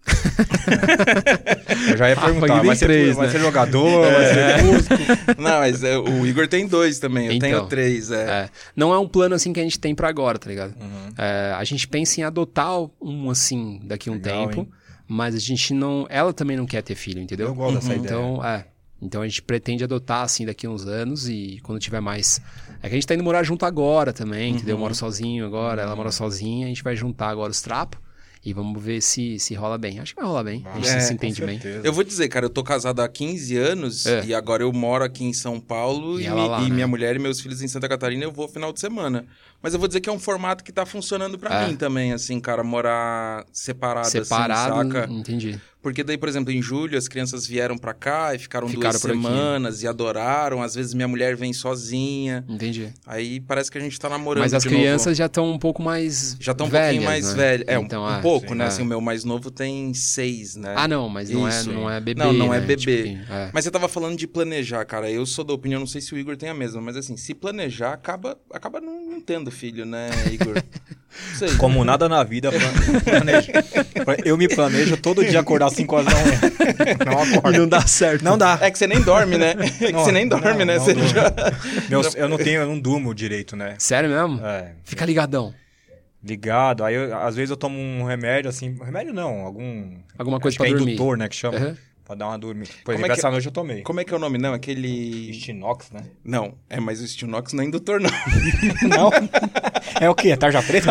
Eu já ia perguntar. ainda Vai em ser, três, vai né? ser jogador, vai ser músico. Não, mas o Igor tem 2 também. Eu Então. tenho 3, É. Não é um plano assim que a gente tem pra agora, tá ligado? Uhum. É, a gente pensa em adotar um assim daqui a um Legal, tempo, hein? mas a gente não. Ela também não quer ter filho, entendeu? Eu gosto dessa ideia. Então, Então a gente pretende adotar assim daqui a uns anos e quando tiver mais. É que a gente tá indo morar junto agora também, entendeu? Eu moro sozinho agora, ela mora sozinha, a gente vai juntar agora os trapos e vamos ver se rola bem. Acho que vai rolar bem. A gente se entende bem. Eu vou dizer, cara, eu tô casado há 15 anos É. e agora eu moro aqui em São Paulo E e, ela lá, né? minha mulher e meus filhos em Santa Catarina eu vou final de semana. Mas eu vou dizer que é um formato que tá funcionando pra mim também, assim, cara, morar separado, Separado, assim, saca? entendi. Porque daí, por exemplo, em julho as crianças vieram pra cá e ficaram 2 por aqui. semanas e adoraram. Às vezes minha mulher vem sozinha. Entendi. Aí parece que a gente tá namorando Mas as de crianças novo. já estão um pouco mais Já estão um velhas, pouquinho mais né? velhas. É, Então, um pouco, sim, né? é. Assim, o meu mais novo tem 6, né? Ah, não, mas não, Isso. não é bebê. Não é né? bebê. Tipo que- é. Mas você tava falando de planejar, cara. Eu sou da opinião, não sei se o Igor tem a mesma, mas assim, se planejar, acaba não tendo filho, né, Igor? Não sei. Como nada na vida, planejo. Eu me planejo todo dia acordar às 5 horas da manhã. Não acordo. E não dá certo. Não dá. É que você nem dorme, né? É que Não, você nem dorme, não, né? não Você durmo. já... Eu não durmo direito, né? Sério mesmo? É, Fica ligadão. ligado. Aí, às vezes, eu tomo um remédio, assim... Remédio não, Alguma coisa acho que pra é dormir. indutor, né, que chama. Uhum. Pra dar uma dormida. Por Como exemplo, é que- essa noite eu tomei. Como é que é o nome? Não, aquele... Estinox, né? Não, mas o Stilnox não é indutor, não. Não? É o quê? Tarja preta?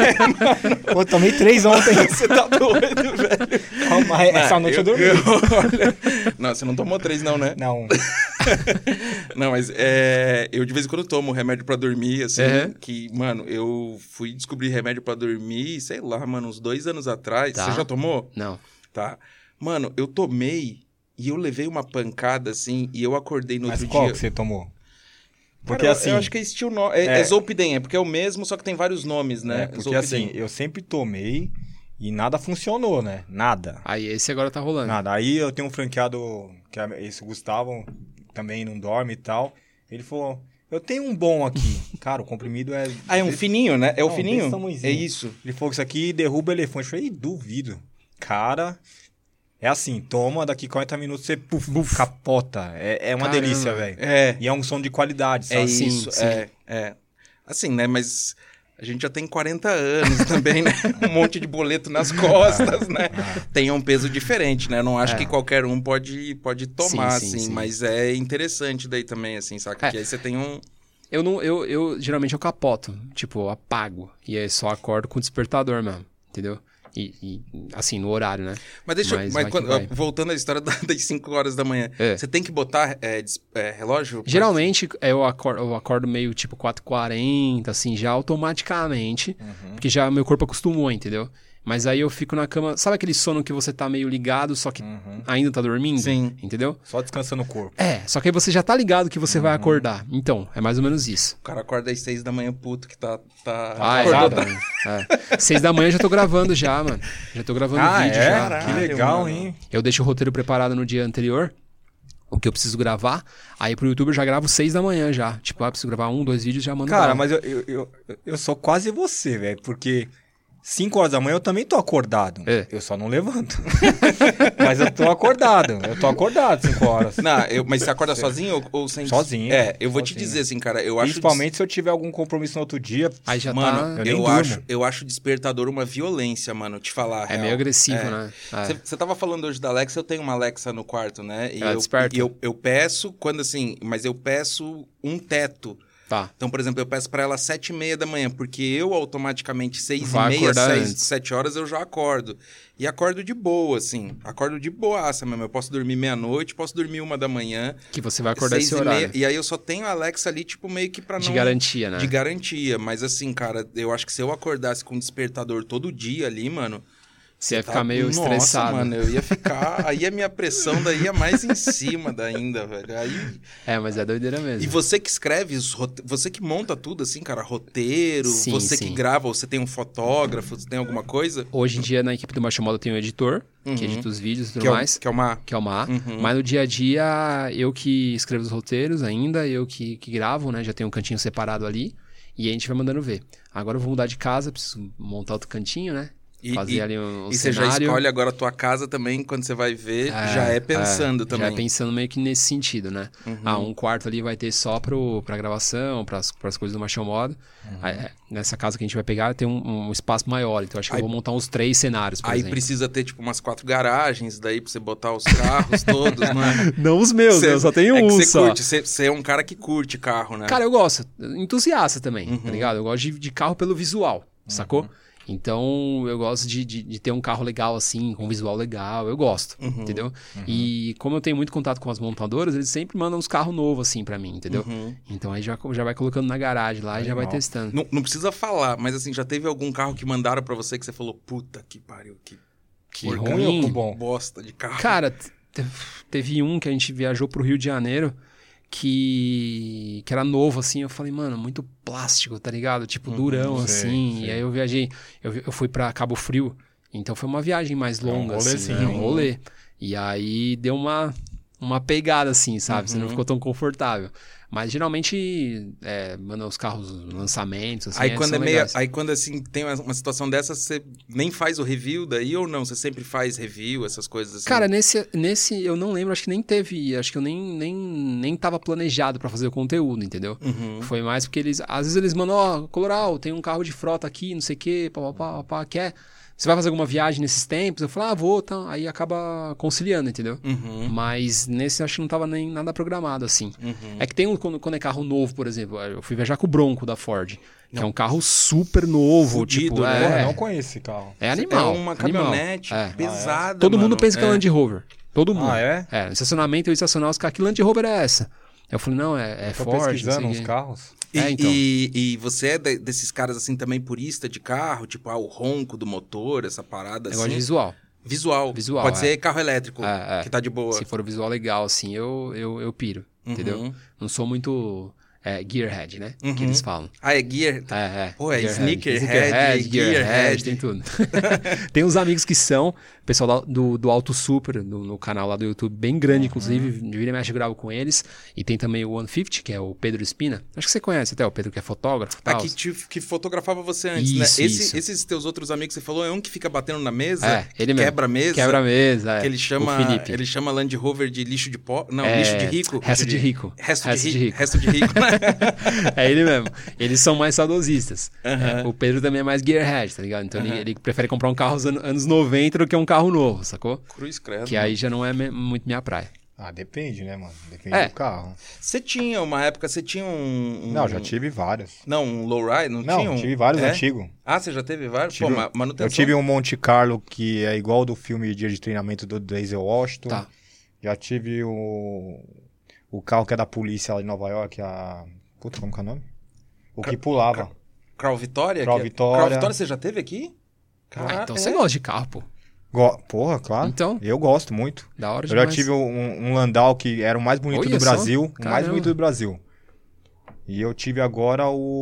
Pô, tomei 3 ontem. Você tá doido, velho. Calma, essa noite eu dormi. Olha... Não, você não tomou 3 não, né? Não. Não, mas eu de vez em quando tomo remédio pra dormir, assim, Uhum. que, mano, eu fui descobrir remédio pra dormir, sei lá, mano, uns 2 anos atrás. Tá. Você já tomou? Não. Tá. Mano, eu tomei e eu levei uma pancada, assim, e eu acordei no Mas outro qual dia... que você tomou? Porque Cara, assim... eu acho que é Stilnox, é Zolpidem, é porque é o mesmo, só que tem vários nomes, né? porque Zolpidem. assim, eu sempre tomei e nada funcionou, né? Nada. Aí esse agora tá rolando. Nada. Aí eu tenho um franqueado, que é esse Gustavo, também não dorme e tal. Ele falou, eu tenho um bom aqui. Cara, o comprimido é... Ah, é um fininho, né? É o Não, fininho? desse tamanhozinho. É isso. Ele falou que isso aqui derruba elefante. Eu falei, duvido. Cara, é assim, toma, daqui 40 minutos você capota. É uma Caramba. delícia, velho. É. E é um som de qualidade, sabe? É Sim, isso, sim. é. Assim, né, mas a gente já tem 40 anos também, né? Um monte de boleto nas costas, né? Tem um peso diferente, né? Não acho que qualquer um pode tomar, Sim, sim, assim, sim. mas é interessante daí também, assim, saca? É. Que aí você tem um... Eu geralmente eu capoto. Tipo, eu apago. E aí só acordo com o despertador mesmo. Entendeu? E assim, no horário, né? Mas deixa eu... Mas Mas vai quando- que vai. voltando à história das 5 horas da manhã, É. você tem que botar relógio? Geralmente eu acordo meio tipo 4h40, assim, já automaticamente. Porque já meu corpo acostumou, entendeu? Mas aí eu fico na cama... Sabe aquele sono que você tá meio ligado, só que ainda tá dormindo? Sim. Entendeu? Só descansando o corpo. Só que aí você já tá ligado que você vai acordar. Então, é mais ou menos isso. O cara acorda às 6 da manhã, puto, que tá Exato. 6 da manhã eu já tô gravando já, mano. Já tô gravando vídeo já. Caralho, que legal, mano. Hein? Eu deixo o roteiro preparado no dia anterior, o que eu preciso gravar. Aí pro YouTube eu já gravo 6 da manhã já. Tipo, preciso gravar 1, 2 vídeos, já mando. Cara, mas eu sou quase você, velho. Porque 5 horas da manhã eu também tô acordado. Eu só não levanto. Mas eu tô acordado. 5 horas. Não, mas você acorda sozinho ou sem... Sozinho. Eu vou te dizer assim, cara, eu acho... Principalmente se eu tiver algum compromisso no outro dia. Aí já mano, tá... eu acho despertador uma violência, mano, te falar. É meio agressivo, né? Você tava falando hoje da Alexa, eu tenho uma Alexa no quarto, né? E eu peço, quando assim... Mas eu peço um teto. Tá. Então, por exemplo, eu peço pra ela 7h30 da manhã, porque eu automaticamente 6h30, 7 horas eu já acordo. E acordo de boa, assim. Acordo de boaça mesmo. Eu posso dormir meia-noite, posso dormir 1 da manhã. Que você vai acordar esse horário. E aí eu só tenho a Alexa ali, tipo, meio que pra não... De garantia, né? De garantia. Mas assim, cara, eu acho que se eu acordasse com um despertador todo dia ali, mano... Você ia ficar meio estressado. Nossa, mano, eu ia ficar... Aí a minha pressão daí ia mais em cima ainda, velho. Aí... mas é doideira mesmo. E você que escreve, você que monta tudo, assim, cara, roteiro, você que grava, você tem um fotógrafo, você tem alguma coisa? Hoje em dia, na equipe do Marcha Moda, eu tenho um editor, que edita os vídeos e tudo mais. Que é o Mar. Que é o Mar. Mas no dia a dia, eu que escrevo os roteiros ainda, eu que gravo, né? Já tenho um cantinho separado ali. E a gente vai mandando ver. Agora eu vou mudar de casa, preciso montar outro cantinho, né? Fazer ali um você cenário. Já escolhe agora a tua casa também, quando você vai ver, já é pensando também. Já é pensando meio que nesse sentido, né? Um quarto ali vai ter só pra gravação, pras coisas do Machão Moda. Nessa casa que a gente vai pegar tem um espaço maior, então acho que eu vou montar uns 3 cenários, por exemplo. Precisa ter tipo umas 4 garagens daí pra você botar os carros todos, né? Não os meus, eu só tenho um só. Você é um cara que curte carro, né? Cara, eu gosto. Entusiasta também, tá ligado? Eu gosto de carro pelo visual, sacou? Então, eu gosto de ter um carro legal, assim, com visual legal. Eu gosto, entendeu? E como eu tenho muito contato com as montadoras, eles sempre mandam uns carros novos, assim, pra mim, entendeu? Então, aí já vai colocando na garagem lá e já vai testando. Não precisa falar, mas assim, já teve algum carro que mandaram pra você que você falou, puta que pariu, que ruim, ou bom? Bosta de carro. Cara, teve um que a gente viajou pro Rio de Janeiro, que era novo, assim, eu falei, mano, muito plástico, tá ligado? Tipo, durão, assim, e aí eu viajei, eu fui pra Cabo Frio, então foi uma viagem mais longa, assim, né? Um rolê. E aí deu uma pegada, assim, sabe? Você não ficou tão confortável. Mas geralmente, manda os carros lançamentos, assim, aí quando assim, tem uma situação dessa, você nem faz o review daí ou não? Você sempre faz review, essas coisas assim? Cara, nesse eu não lembro, acho que nem teve, acho que eu nem tava planejado pra fazer o conteúdo, entendeu? Foi mais porque às vezes eles mandam, Coloral, tem um carro de frota aqui, não sei o quê, papapá, quer... Você vai fazer alguma viagem nesses tempos? Eu falo, vou, tá. Aí acaba conciliando, entendeu? Mas nesse acho que não tava nem nada programado, assim. É que tem quando é carro novo, por exemplo, eu fui viajar com o Bronco da Ford, que é um carro super novo, fudido, tipo... né? Eu não conheço esse carro. É animal. É uma caminhonete pesada, Todo mundo pensa que é Land Rover. Todo mundo. É? No estacionamento eu ia estacionar os carros, que Land Rover é essa? Eu falei, não, é Tô Ford. pesquisando uns carros. Então. E você é desses caras, assim, também purista de carro? Tipo, o ronco do motor, essa parada, assim? Eu gosto de visual. Visual. Pode ser carro elétrico, que tá de boa. Se for visual legal, assim, eu piro, entendeu? Não sou muito... gearhead, né? Que eles falam. É gear? Pô, é sneakerhead, gearhead, tem tudo. Tem uns amigos que são, pessoal do Auto Super, no canal lá do YouTube, bem grande, inclusive, de vira e mexe eu gravo com eles. E tem também o 150, que é o Pedro Espina. Acho que você conhece até, o Pedro que é fotógrafo e tal. Que fotografava você antes, né? Esses teus outros amigos que você falou, é um que fica batendo na mesa, ele mesmo. Quebra a mesa. Quebra a mesa, que ele chama Land Rover de lixo de pó. Não, lixo de rico. Resto de rico. Resto de rico, né? É ele mesmo. Eles são mais saudosistas. O Pedro também é mais gearhead, tá ligado? Então ele prefere comprar um carro dos anos 90 do que um carro novo, sacou? Cruz credo. Que aí já não é muito minha praia. Depende, né, mano? Depende do carro. Você tinha um... Não, já tive vários. Não, um lowrider? Não, tive vários antigos. Você já teve vários? Manutenção. Eu tive um Monte Carlo que é igual do filme Dia de Treinamento do Denzel Washington. Tá. Já tive o carro que é da polícia lá em Nova York, Puta, como que é o nome? O que pulava. Crown Vitória? Crown Vitória. Crown Vitória você já teve aqui? Então você gosta de carro, pô. Porra, claro. Então? Eu gosto muito. Da hora Eu demais. já tive um Landau que era o mais bonito Olha do só, Brasil. O mais caramba. bonito do Brasil. E eu tive agora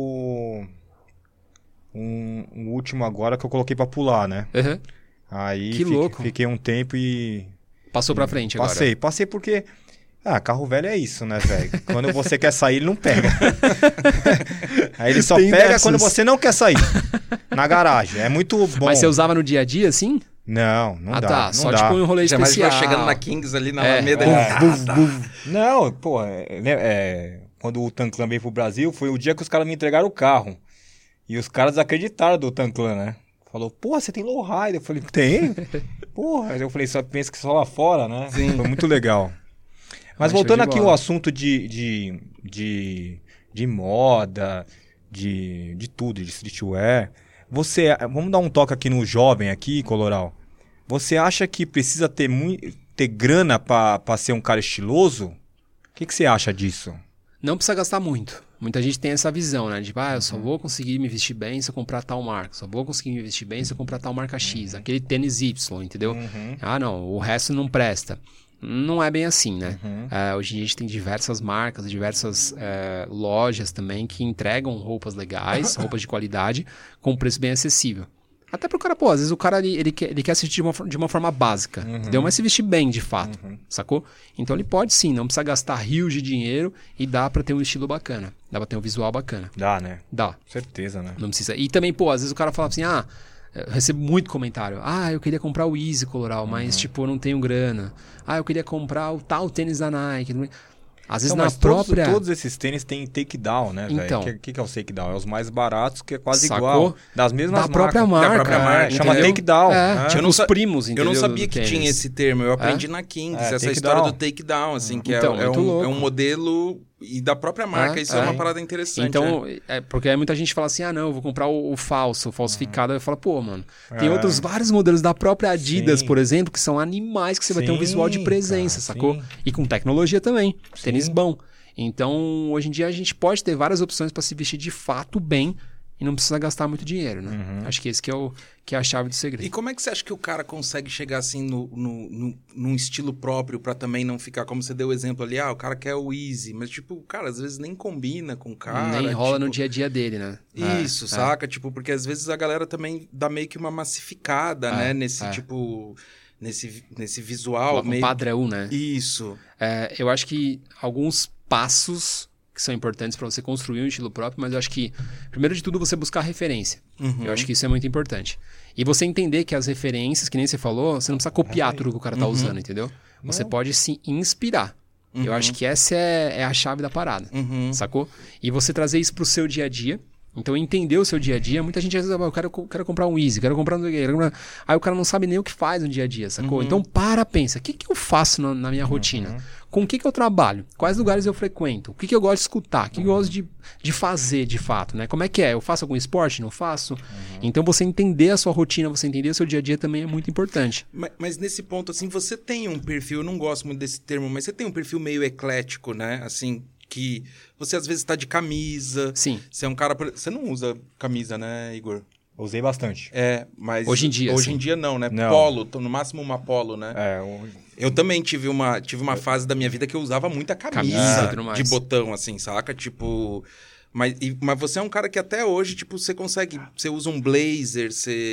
um último agora que eu coloquei pra pular, né? Uhum. Aí Que louco. fiquei um tempo e... Passou pra frente agora. Passei porque... carro velho é isso, né, velho? Quando você quer sair, ele não pega. Aí ele só Tem pega dessas. quando você não quer sair. Na garagem. É muito bom. Mas você usava no dia a dia, assim? Não dá. Tá. Não Só dá. tipo um rolê Jamais especial. vai chegando na Kings ali na É. Alameda. Não, pô, quando o Tanclan veio pro Brasil, foi o dia que os caras me entregaram o carro. E os caras acreditaram do Tanclan, né? Falou, porra, você tem lowrider? Eu falei, tem? Porra. Eu falei, só pensa que só lá fora, né? Sim. Foi muito legal. Mas show voltando de aqui bola. ao assunto de moda, de tudo, de streetwear, vamos dar um toque aqui no jovem aqui, Coloral. Você acha que precisa ter grana pra ser um cara estiloso? O que você acha disso? Não precisa gastar muito. Muita gente tem essa visão, né? Tipo, eu só vou conseguir me vestir bem se eu comprar tal marca. Só vou conseguir me vestir bem se eu comprar tal marca X. Aquele tênis Y, entendeu? Não, o resto não presta. Não é bem assim, né? Hoje em dia a gente tem diversas marcas, diversas lojas também que entregam roupas legais, roupas de qualidade, com um preço bem acessível. Até pro cara, pô, às vezes o cara ele quer se vestir de uma forma básica, entendeu? Mas se vestir bem, de fato, sacou? Então ele pode sim, não precisa gastar rios de dinheiro e dá pra ter um estilo bacana, dá pra ter um visual bacana. Dá, né? Dá, Certeza, né? não precisa. E também, pô, às vezes o cara fala assim, eu recebo muito comentário. Eu queria comprar o Easy Coloral, mas tipo, eu não tenho grana. Eu queria comprar o tal tênis da Nike. Às vezes Então, na mas própria... todos esses tênis têm takedown, né, velho? Então. O que é o takedown? É os mais baratos, que é quase Sacou? igual. Das mesmas Da própria marcas. marca. Da própria marca, Chama entendeu? takedown. Tipo Eu não os sa- primos, Eu entendeu? não sabia do que tênis. tinha esse termo, eu aprendi na Kings, essa takedown. história do takedown, assim, que Então, é muito um louco. modelo e da própria marca, isso é uma parada interessante. Então, porque aí muita gente fala assim, não, eu vou comprar o falso, o falsificado. Aí eu falo, pô, mano, tem outros vários modelos da própria Adidas, Sim. por exemplo, que são animais, que você vai ter um Sim, visual de presença, cara, sacou? sim. E com tecnologia também, tênis bom. Então, hoje em dia a gente pode ter várias opções para se vestir de fato bem e não precisa gastar muito dinheiro, né? Acho que esse que é a chave do segredo. E como é que você acha que o cara consegue chegar assim num estilo próprio pra também não ficar, como você deu o exemplo ali, o cara quer o easy, mas tipo, o cara às vezes nem combina com o cara. Nem rola tipo, no dia a dia dele, né? Isso, saca? Tipo, porque às vezes a galera também dá meio que uma massificada, né? Nesse tipo, nesse visual. Coloca um padrão, né? Isso. Eu acho que alguns passos que são importantes para você construir um estilo próprio, mas eu acho que, primeiro de tudo, você buscar referência. Eu acho que isso é muito importante. E você entender que as referências, que nem você falou, você não precisa copiar tudo que o cara tá usando, entendeu? Você pode se inspirar. Eu acho que essa é a chave da parada, sacou? E você trazer isso pro seu dia a dia. Então, entender o seu dia a dia. Muita gente às vezes, eu quero comprar um Easy, quero comprar um... Aí o cara não sabe nem o que faz no dia a dia, sacou? Então, pensa. O que eu faço na minha rotina? Com o que eu trabalho? Quais lugares eu frequento? O que eu gosto de escutar? O que eu gosto de fazer, de fato, né? Como é que é? Eu faço algum esporte? Não faço? Então, você entender a sua rotina, você entender o seu dia a dia também é muito importante. Mas nesse ponto, assim, você tem um perfil, eu não gosto muito desse termo, mas você tem um perfil meio eclético, né? Assim, que você às vezes tá de camisa. Sim. Você é um cara... Você não usa camisa, né, Igor? Usei bastante. Mas... Hoje em dia, Hoje sim. em dia não, né? Não. Polo, no máximo uma polo, né? Hoje... Eu também tive uma fase da minha vida que eu usava muita camisa Camisa, tudo mais. de botão, assim, saca? Tipo... Mas você é um cara que até hoje, tipo, você consegue... Você usa um blazer,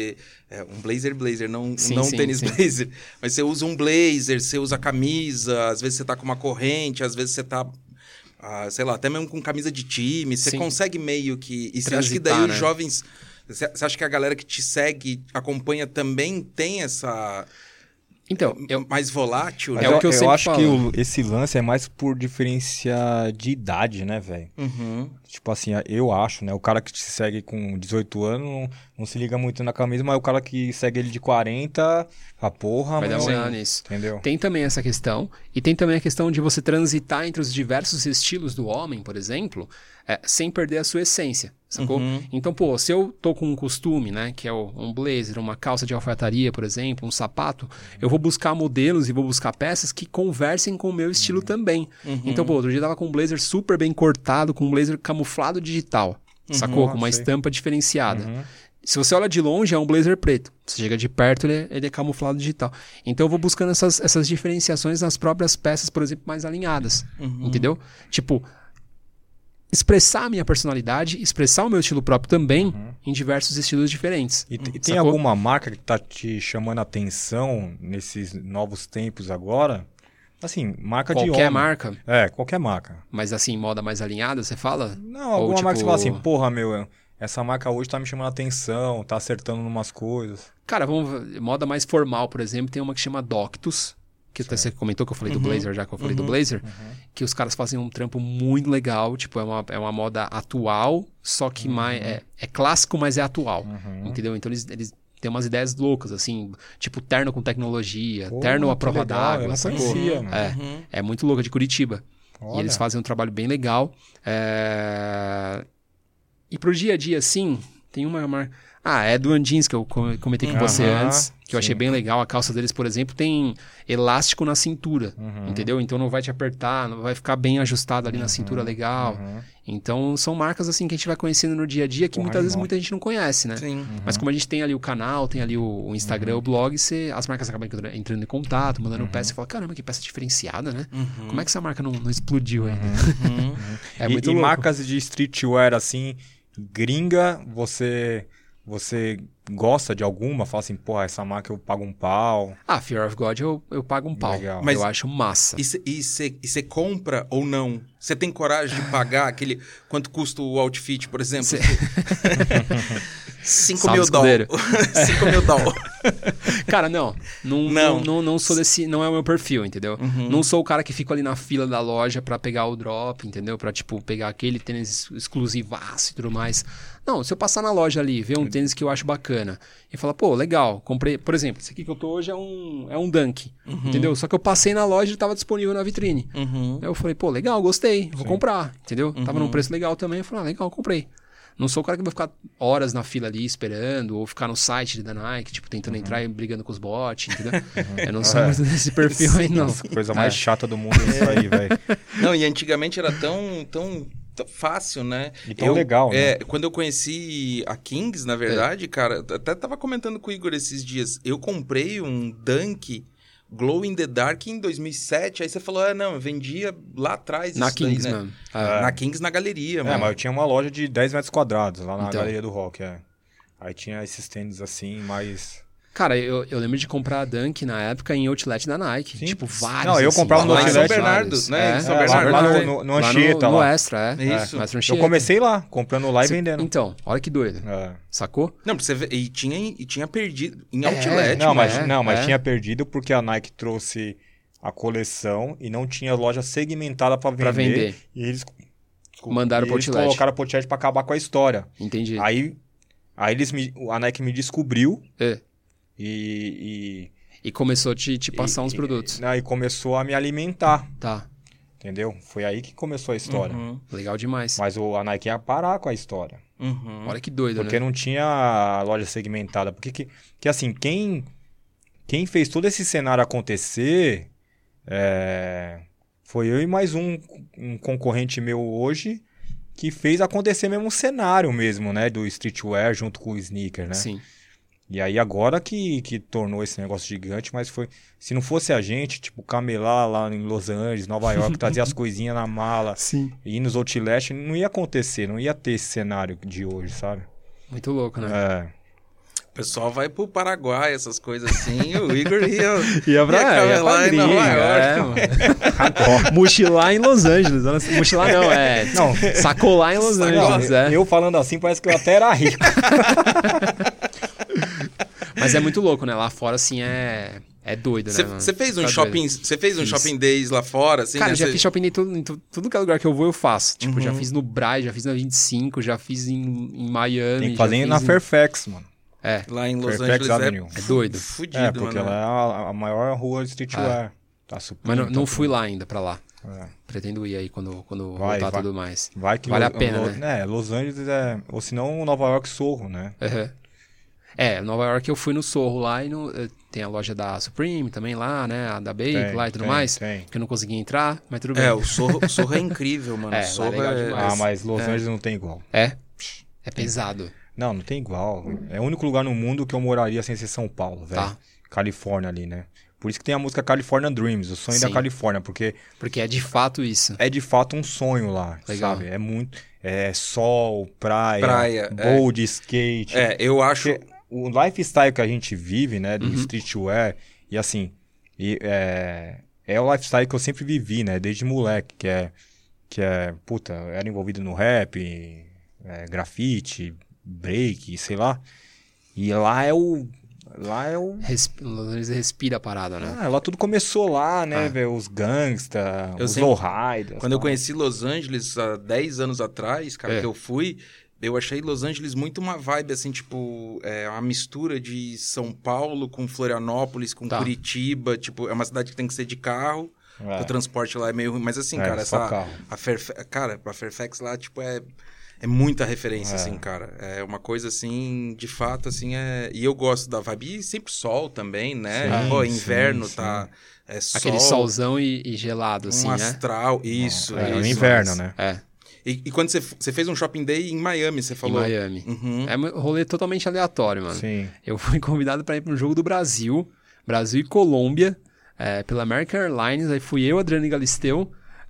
um blazer, não Sim, um sim, tênis sim. blazer. Mas você usa um blazer, você usa camisa, às vezes você tá com uma corrente, às vezes você tá... sei lá, até mesmo com camisa de time. Você Sim. consegue meio que... E você acha que Transitar, daí né? os jovens... Você acha que a galera que te segue, acompanha, também tem essa... Então, mais volátil, Mas né? É o que eu sempre acho falo. que esse lance é mais por diferença de idade, né, velho? Tipo assim, eu acho, né? O cara que te segue com 18 anos não se liga muito na camisa, mas o cara que segue ele de 40, porra, vai dar mano. uma olhada nisso. Entendeu? Tem também essa questão. E tem também a questão de você transitar entre os diversos estilos do homem, por exemplo, sem perder a sua essência, sacou? Então, pô, se eu tô com um costume, né, que é um blazer, uma calça de alfaiataria, por exemplo, um sapato, eu vou buscar modelos e vou buscar peças que conversem com o meu estilo também. Então, pô, outro dia eu tava com um blazer super bem cortado, com um blazer camuflado digital, sacou? Com uma estampa diferenciada. Se você olha de longe, é um blazer preto. Você chega de perto, ele é camuflado digital. Então eu vou buscando essas diferenciações nas próprias peças, por exemplo, mais alinhadas. Entendeu? Tipo, expressar a minha personalidade, expressar o meu estilo próprio também em diversos estilos diferentes. E tem alguma marca que tá te chamando a atenção nesses novos tempos agora? Assim, marca de homem. Qualquer marca? Qualquer marca. Mas assim, moda mais alinhada, você fala? Não, alguma marca que você fala assim, porra, meu, essa marca hoje tá me chamando a atenção, tá acertando em umas coisas. Cara, moda mais formal, por exemplo, tem uma que chama Doctus, que até você comentou que eu falei do blazer, já que eu falei do blazer, que os caras fazem um trampo muito legal, tipo, é uma moda atual, só que mais, é clássico, mas é atual, entendeu? Então eles têm umas ideias loucas, assim, tipo terno com tecnologia, terno à prova d'água, eu não sacou? conhecia, É muito louca, de Curitiba. Olha. E eles fazem um trabalho bem legal. E pro dia a dia, assim, tem uma marca... é do Jeans, que eu comentei com você antes, que eu achei bem legal. A calça deles, por exemplo, tem elástico na cintura, entendeu? Então não vai te apertar, não vai ficar bem ajustado ali na cintura legal. Então são marcas assim que a gente vai conhecendo no dia a dia que muitas vezes muita gente não conhece, né? Sim. Mas como a gente tem ali o canal, tem ali o Instagram, o blog, as marcas acabam entrando em contato, mandando peça e fala, caramba, que peça diferenciada, né? Como é que essa marca não explodiu ainda? É muito louco. E marcas de streetwear assim, gringa, você gosta de alguma? Fala assim, porra, essa marca eu pago um pau. Fear of God eu pago um pau. Legal. Mas eu acho massa. E você compra ou não? Você tem coragem de pagar aquele... Quanto custa o outfit, por exemplo? 5 mil dólares. 5 mil dólares. Cara, não sou desse... Não é o meu perfil, entendeu? Não sou o cara que fica ali na fila da loja pra pegar o drop, entendeu? Pra, tipo, pegar aquele tênis exclusivaço e tudo mais. Não, se eu passar na loja ali, ver um tênis que eu acho bacana e falar, pô, legal, comprei... Por exemplo, esse aqui que eu tô hoje é um Dunk, entendeu? Só que eu passei na loja e ele tava disponível na vitrine. Aí eu falei, pô, legal, gostei, vou comprar, entendeu? Tava num preço legal também, eu falei, legal, comprei. Não sou o cara que vai ficar horas na fila ali esperando, ou ficar no site da Nike, tipo, tentando entrar e brigando com os bots, entendeu? Eu não sou muito desse perfil aí, não. Nossa, coisa mais chata do mundo isso aí, velho. Não, e antigamente era tão fácil, né? E tão legal, né? Quando eu conheci a Kings, na verdade, cara, até tava comentando com o Igor esses dias, eu comprei um Dunk Glow in the Dark em 2007, aí você falou, eu vendia lá atrás. Na isso Kings, daí, né? mano. Na Kings, na galeria, mano. Mas eu tinha uma loja de 10 metros quadrados lá na Galeria do Rock, Aí tinha esses tênis assim, mais... Cara, eu lembro de comprar a Dunk na época em outlet da Nike. Sim. Tipo, vários. Não, eu comprava no lá em outlet. São Bernardo, né? Em São Bernardo. Lá no Anchieta, no lá. Extra, Isso. Extra Eu Anchieta. comecei lá, comprando lá e vendendo. Então, olha que doido. Sacou? Não, pra você ver, e tinha perdido em outlet. Mas tinha perdido porque a Nike trouxe a coleção e não tinha loja segmentada pra vender. E eles mandaram pro outlet. Colocaram pro outlet pra acabar com a história. Entendi. Aí a Nike me descobriu e começou a te passar uns produtos. E começou a me alimentar. Tá. Entendeu? Foi aí que começou a história. Legal demais. Mas a Nike ia parar com a história. Olha que doido, Porque não tinha loja segmentada. Porque assim, quem fez todo esse cenário acontecer foi eu e mais um concorrente meu hoje que fez acontecer mesmo um cenário mesmo, né? Do streetwear junto com o sneaker, né? Sim. E aí agora que tornou esse negócio gigante, mas foi... Se não fosse a gente, tipo, camelar lá em Los Angeles, Nova York, trazer as coisinhas na mala, e ir nos outlet, não ia acontecer, não ia ter esse cenário de hoje, sabe? Muito louco, né? O pessoal vai pro Paraguai, essas coisas assim, o Igor ia pra em Nova York. Mochilar em Los Angeles. Mochilar não, sacolar em Los Angeles. Eu falando assim, parece que eu até era rico. Mas é muito louco, né? Lá fora, assim, é doido, né? Você fez um shopping, shopping days lá fora, assim? Cara, né? Já fiz shopping day em tudo que é lugar que eu vou, eu faço. Tipo, já fiz no Braz, já fiz na 25, já fiz em Miami. Tem que fazer na Fairfax, mano. Lá em Los Fairfax Angeles Avenue. É doido. Fudido, porque mano. ela é a maior rua de streetwear. Tá super. Mas não fui lá ainda pra lá. Pretendo ir aí quando voltar tudo mais. Vale a pena, né? Los Angeles ou se não Nova York Sorro, né? Nova York eu fui no Sorro lá e tem a loja da Supreme também lá, né? A da Bape lá e tudo mais. Que eu não consegui entrar, mas tudo bem. O Sorro é incrível, mano. O Sorro legal demais. Mas Los Angeles não tem igual. É pesado. Não tem igual. É o único lugar no mundo que eu moraria sem ser São Paulo, velho. Tá. Califórnia ali, né? Por isso que tem a música California Dreams, o sonho da Sim. Califórnia, porque Porque é de fato isso. é de fato um sonho lá, Legal. sabe? É muito... É sol, praia, Praia, bowl de skate. Eu acho... Porque o lifestyle que a gente vive, né? Do streetwear, e assim... é o lifestyle que eu sempre vivi, né? Desde moleque, que é... Puta, eu era envolvido no rap, grafite, break, sei lá. E lá é o... Eles respira a parada, né? lá tudo começou lá, né, velho? Os gangsta, os sempre- lowriders. Quando eu conheci Los Angeles há 10 anos atrás, cara, que eu fui, eu achei Los Angeles muito uma vibe, assim, tipo, uma mistura de São Paulo com Florianópolis, com Curitiba, tipo, é uma cidade que tem que ser de carro, o transporte lá é meio ruim, mas assim, cara, só carro. a Fairfax lá, tipo, é muita referência, assim, cara. É uma coisa, assim, de fato, assim, E eu gosto da vibe. E sempre sol também, né? Sim, Pô, inverno sim. tá... É sol, Aquele solzão e gelado, assim, né? astral. Isso, É o isso. inverno, né? É, E quando você fez um shopping day em Miami, você em falou? Miami. Uhum. É um rolê totalmente aleatório, mano. Sim. Eu fui convidado pra ir para um jogo do Brasil e Colômbia, pela American Airlines. Aí fui eu, Adriano Galisteu.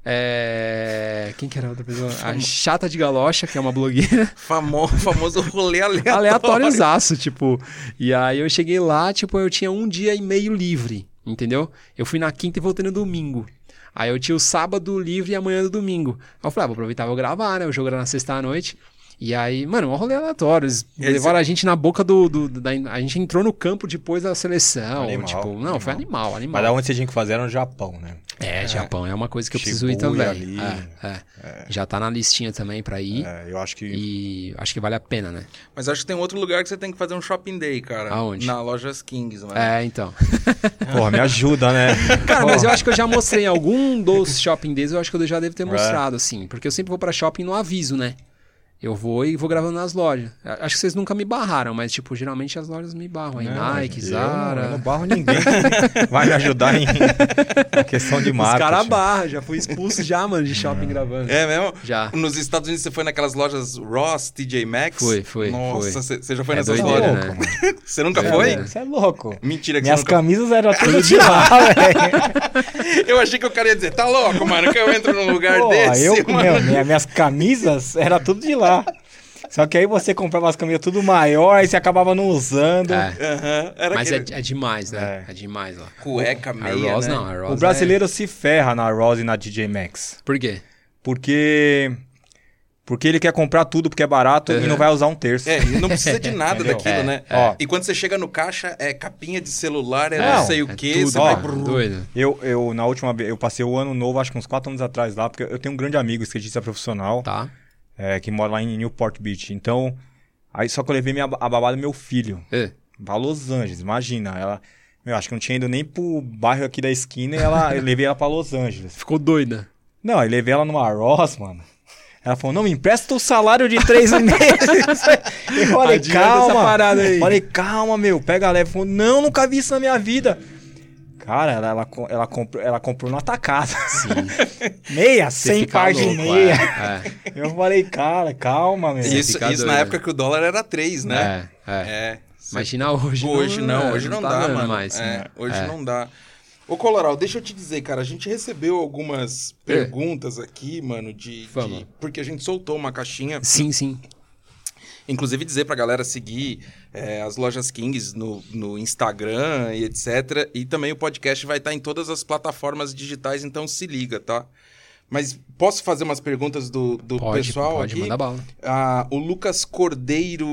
Quem que era a outra pessoa? A Chata de Galocha, que é uma blogueira. Famoso rolê aleatório. Aleatóriozaço, tipo. E aí eu cheguei lá, tipo, eu tinha 1 dia e meio livre, entendeu? Eu fui na quinta e voltei no domingo. Aí eu tinha o sábado livre e amanhã do domingo. Aí eu falei, vou aproveitar e vou gravar, né? O jogo era na sexta à noite. E aí, mano, um rolê aleatório. Eles levaram a gente na boca a gente entrou no campo depois da seleção. Foi animal. Mas da onde você tinha que fazer era no Japão, né? Japão é uma coisa que eu preciso ir Shibuya também. ali. Já tá na listinha também pra ir. Eu acho que... E acho que vale a pena, né? Mas acho que tem outro lugar que você tem que fazer um shopping day, cara. Aonde? Na Lojas Kings, né? Então. Porra, me ajuda, né? Cara, mas eu acho que eu já mostrei algum dos shopping days, eu acho que eu já devo ter mostrado, assim. Porque eu sempre vou pra shopping no aviso, né? Eu vou e vou gravando nas lojas. Acho que vocês nunca me barraram, mas, tipo, geralmente as lojas me barram. Aí, Nike, Zara... Eu não barro ninguém que vai me ajudar na questão de marketing. Os caras barram, já fui expulso já, mano, de shopping gravando. É mesmo? Já. Nos Estados Unidos você foi naquelas lojas Ross, TJ Maxx? Fui. Nossa, você já foi nessas doideira, lojas? né? Você nunca foi? Você é louco. Mentira que Minhas você nunca... camisas eram tudo de lá, velho. Eu achei que o cara ia dizer, tá louco, mano, que eu entro num lugar Pô, desse, mano. minhas camisas eram tudo de lá. Só que aí você comprava as camisas tudo maior, aí você acabava não usando. Era Mas aquele... é demais, né? É demais lá. Cueca meia, A Ross né? não, a Ross O brasileiro se ferra na Ross e na TJ Maxx. Por quê? Porque ele quer comprar tudo porque é barato e não vai usar um terço. E não precisa de nada Entendeu? daquilo, né? Ó. E quando você chega no caixa, é capinha de celular, Não, não sei o quê. Tudo, Você vai... doido. Eu, na última vez, eu passei o ano novo, acho que uns 4 anos atrás lá, porque eu tenho um grande amigo, skatista profissional, Tá. que mora lá em Newport Beach. Então, aí só que eu levei a babada do meu filho pra Los Angeles, imagina. Ela, acho que não tinha ido nem pro bairro aqui da esquina e eu levei ela pra Los Angeles. Ficou doida. Não, eu levei ela numa Ross, mano. Ela falou, não, me empresta o salário de 3 meses. Eu falei, Adianta calma. essa parada aí. Falei, calma, meu, pega leve. Falou, não, nunca vi isso na minha vida. Cara, ela comprou no atacado. Sim. Meia, 100 par de meia. Eu falei, cara, calma, meu. Isso na época que o dólar era 3, né? Imagina hoje. Hoje não tá dá, dando mano. mais. Hoje não dá. Ô, Coloral, deixa eu te dizer, cara, a gente recebeu algumas perguntas aqui, mano, porque a gente soltou uma caixinha. Sim. Inclusive dizer pra galera seguir as Lojas Kings no Instagram e etc. E também o podcast vai estar em todas as plataformas digitais, então se liga, tá? Mas posso fazer umas perguntas do pessoal pode, aqui? Manda bala. O Lucas Cordeiro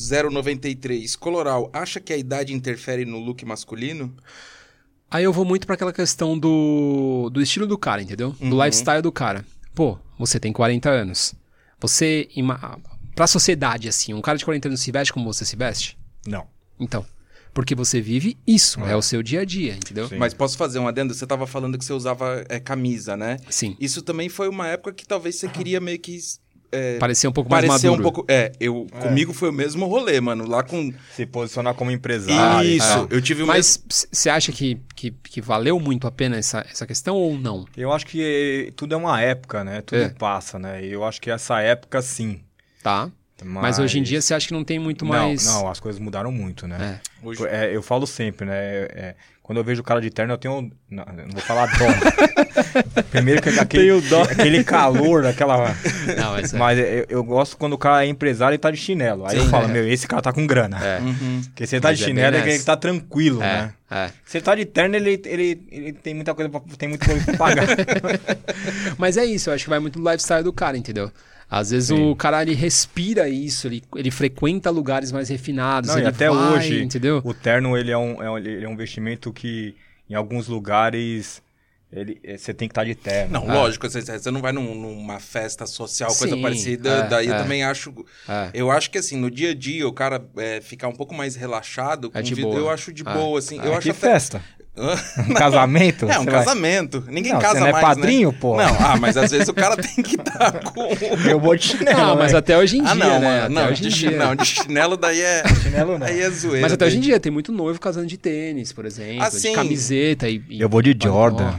093. Coloral, acha que a idade interfere no look masculino? Aí eu vou muito pra aquela questão do estilo do cara, entendeu? Do lifestyle do cara. Pô, você tem 40 anos. Você... Pra sociedade, assim, um cara de 40 anos se veste como você se veste? Não. Então, porque você vive isso, é o seu dia a dia, entendeu? Sim. Mas posso fazer um adendo? Você tava falando que você usava camisa, né? Sim. Isso também foi uma época que talvez você queria meio que... Parecer um pouco mais maduro. Comigo foi o mesmo rolê, mano. Lá com... Se posicionar como empresário. Isso, eu tive o Mas você acha que valeu muito a pena essa questão ou não? Eu acho que tudo é uma época, né? Tudo passa, né? E eu acho que essa época, sim. Tá. Mas hoje em dia você acha que não tem muito mais... Não, as coisas mudaram muito, né? Hoje... eu falo sempre, né? Quando eu vejo o cara de terno, eu tenho... Não vou falar dó. Primeiro que aquele calor, aquela... Não, mas eu gosto quando o cara é empresário e tá de chinelo. Aí eu falo, esse cara tá com grana. Porque se ele tá de chinelo, ele tá tranquilo, né? Se ele tá de terno, ele tem muita coisa tem muito coisa pra pagar. Mas é isso, eu acho que vai muito do lifestyle do cara, entendeu? Às vezes o cara, ele respira isso, ele frequenta lugares mais refinados. Não, e até hoje, entendeu? O terno, ele é um vestimento que, em alguns lugares, você tem que estar de terno. Não, lógico, você não vai numa festa social, coisa parecida, daí eu também acho... Eu acho que, assim, no dia a dia, o cara ficar um pouco mais relaxado, eu acho de boa, assim. Eu acho que festa? Um casamento? Um casamento. Ninguém casa mais, né? Padrinho, pô? Não, mas às vezes o cara tem que estar com... Eu vou de chinelo, Não, mas até hoje em dia, né? Não, de chinelo daí é... Chinelo não. Aí é zoeira. Mas até hoje em dia, tem muito noivo casando de tênis, por exemplo, de camiseta e... Eu vou de Jordan.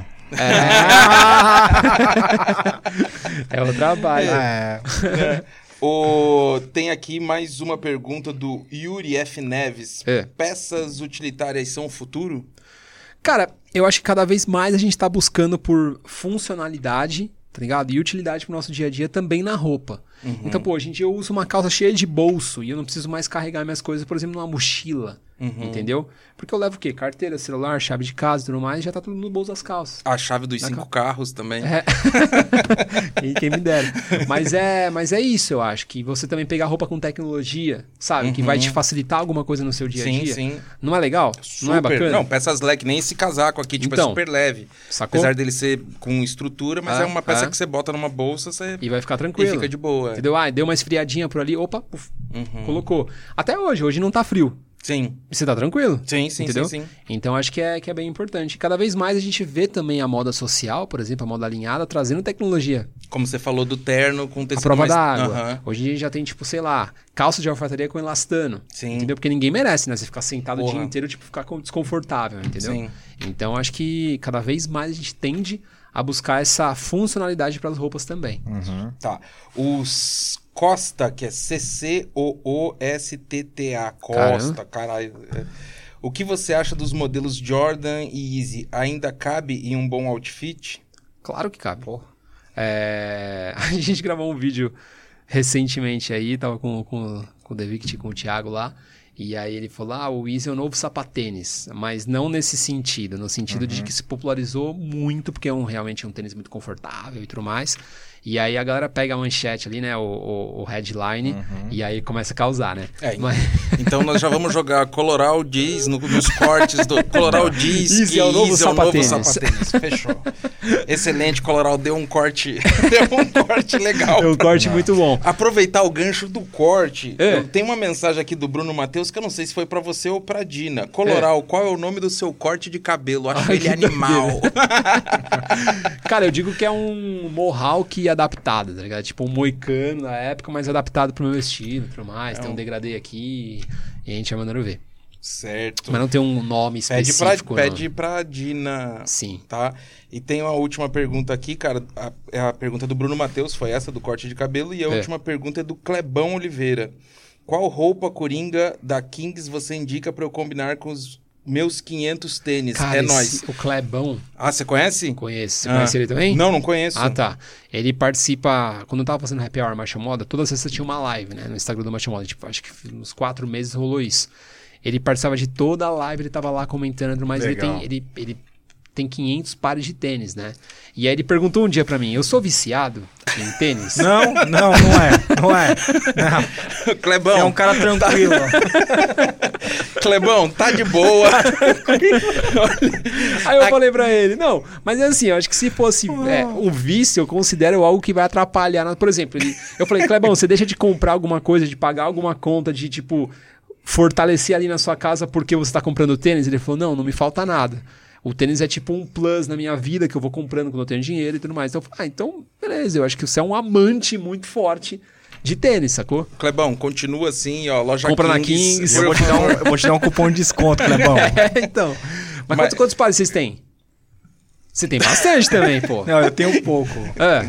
É o trabalho. Tem aqui mais uma pergunta do Yuri F. Neves. Peças utilitárias são o futuro? Cara, eu acho que cada vez mais a gente tá buscando por funcionalidade, tá ligado? E utilidade pro nosso dia a dia também na roupa. Então, hoje em dia eu uso uma calça cheia de bolso e eu não preciso mais carregar minhas coisas, por exemplo, numa mochila, entendeu? Porque eu levo o quê? Carteira, celular, chave de casa e tudo mais, já tá tudo no bolso das calças. A chave dos 5 carros também. Quem me dera. Mas é isso, eu acho, que você também pegar roupa com tecnologia, sabe? Que vai te facilitar alguma coisa no seu dia a dia. Sim. Não é legal? Super. Não é bacana? Não, peças leque, nem esse casaco aqui, tipo, então, é super leve. Sacou? Apesar dele ser com estrutura, mas é uma peça que você bota numa bolsa, e vai ficar tranquilo. E fica de boa. Entendeu? Deu uma esfriadinha por ali, opa, colocou. Até hoje não tá frio. Sim. E você tá tranquilo? Sim. Entendeu? Sim. Então acho que é bem importante. Cada vez mais a gente vê também a moda social, por exemplo, a moda alinhada, trazendo tecnologia. Como você falou do terno com tecido a prova mais... da água. Hoje a gente já tem, tipo, sei lá, calça de alfaiataria com elastano. Sim. Entendeu? Porque ninguém merece, né? Você ficar sentado o dia inteiro, tipo, ficar desconfortável, entendeu? Sim. Então acho que cada vez mais a gente tende a buscar essa funcionalidade para as roupas também. Tá. Os Costa, que é C-C-O-O-S-T-T-A. Costa, caralho. O que você acha dos modelos Jordan e Yeezy? Ainda cabe em um bom outfit? Claro que cabe. A gente gravou um vídeo recentemente aí, tava com o Devict, com o Thiago lá, e aí ele falou, o Yeezy é o novo sapatênis, mas não nesse sentido, no sentido de que se popularizou muito, porque realmente é um tênis muito confortável e tudo mais. E aí a galera pega a manchete ali, né, o headline, e aí começa a causar, né? Então nós já vamos jogar Coloral Diz nos cortes do Coloral Diz Easy é o novo sapatênis. Fechou. Excelente, Coloral deu um corte legal. Deu um corte muito bom. Aproveitar o gancho do corte, tem uma mensagem aqui do Bruno Matheus que eu não sei se foi pra você ou pra Dina. Coloral, qual é o nome do seu corte de cabelo? Acho ele animal. Cara, eu digo que é um mohawk adaptado, tá ligado? Tipo um moicano da época, mas adaptado pro meu estilo e tudo mais. Tem um degradê aqui e a gente vai mandando ver. Certo. Mas não tem um nome específico. Pede pra Dina. Sim. Tá? E tem uma última pergunta aqui, cara. A pergunta do Bruno Matheus foi essa, do corte de cabelo. E a última pergunta é do Clebão Oliveira. Qual roupa coringa da Kings você indica pra eu combinar com os meus 500 tênis? Cara, nóis. O Clebão... Você conhece? Conheço. Você conhece ele também? Não conheço. Tá. Ele participa... Quando eu tava fazendo Happy Hour Marcha Moda, toda sexta tinha uma live, né? No Instagram do Marcha Moda. Tipo, acho que uns 4 meses rolou isso. Ele participava de toda a live, ele tava lá comentando, mas ele tem 500 pares de tênis, né? E aí ele perguntou um dia pra mim, eu sou viciado em tênis? Não é. Não. Clebão. É um cara tranquilo. Clebão, tá de boa. Aí eu falei pra ele, não, mas é assim, eu acho que se fosse um vício, eu considero algo que vai atrapalhar. Por exemplo, eu falei, Clebão, você deixa de comprar alguma coisa, de pagar alguma conta, de tipo, fortalecer ali na sua casa porque você tá comprando tênis? Ele falou, não me falta nada. O tênis é tipo um plus na minha vida que eu vou comprando quando eu tenho dinheiro e tudo mais. Então eu falei, então, beleza, eu acho que você é um amante muito forte de tênis, sacou? Clebão, continua assim, ó, loja Compra Kings. Na Kings. Eu vou te dar um cupom de desconto, Clebão. Então. Mas quantos pares vocês têm? Você tem bastante também, pô. Não, eu tenho pouco.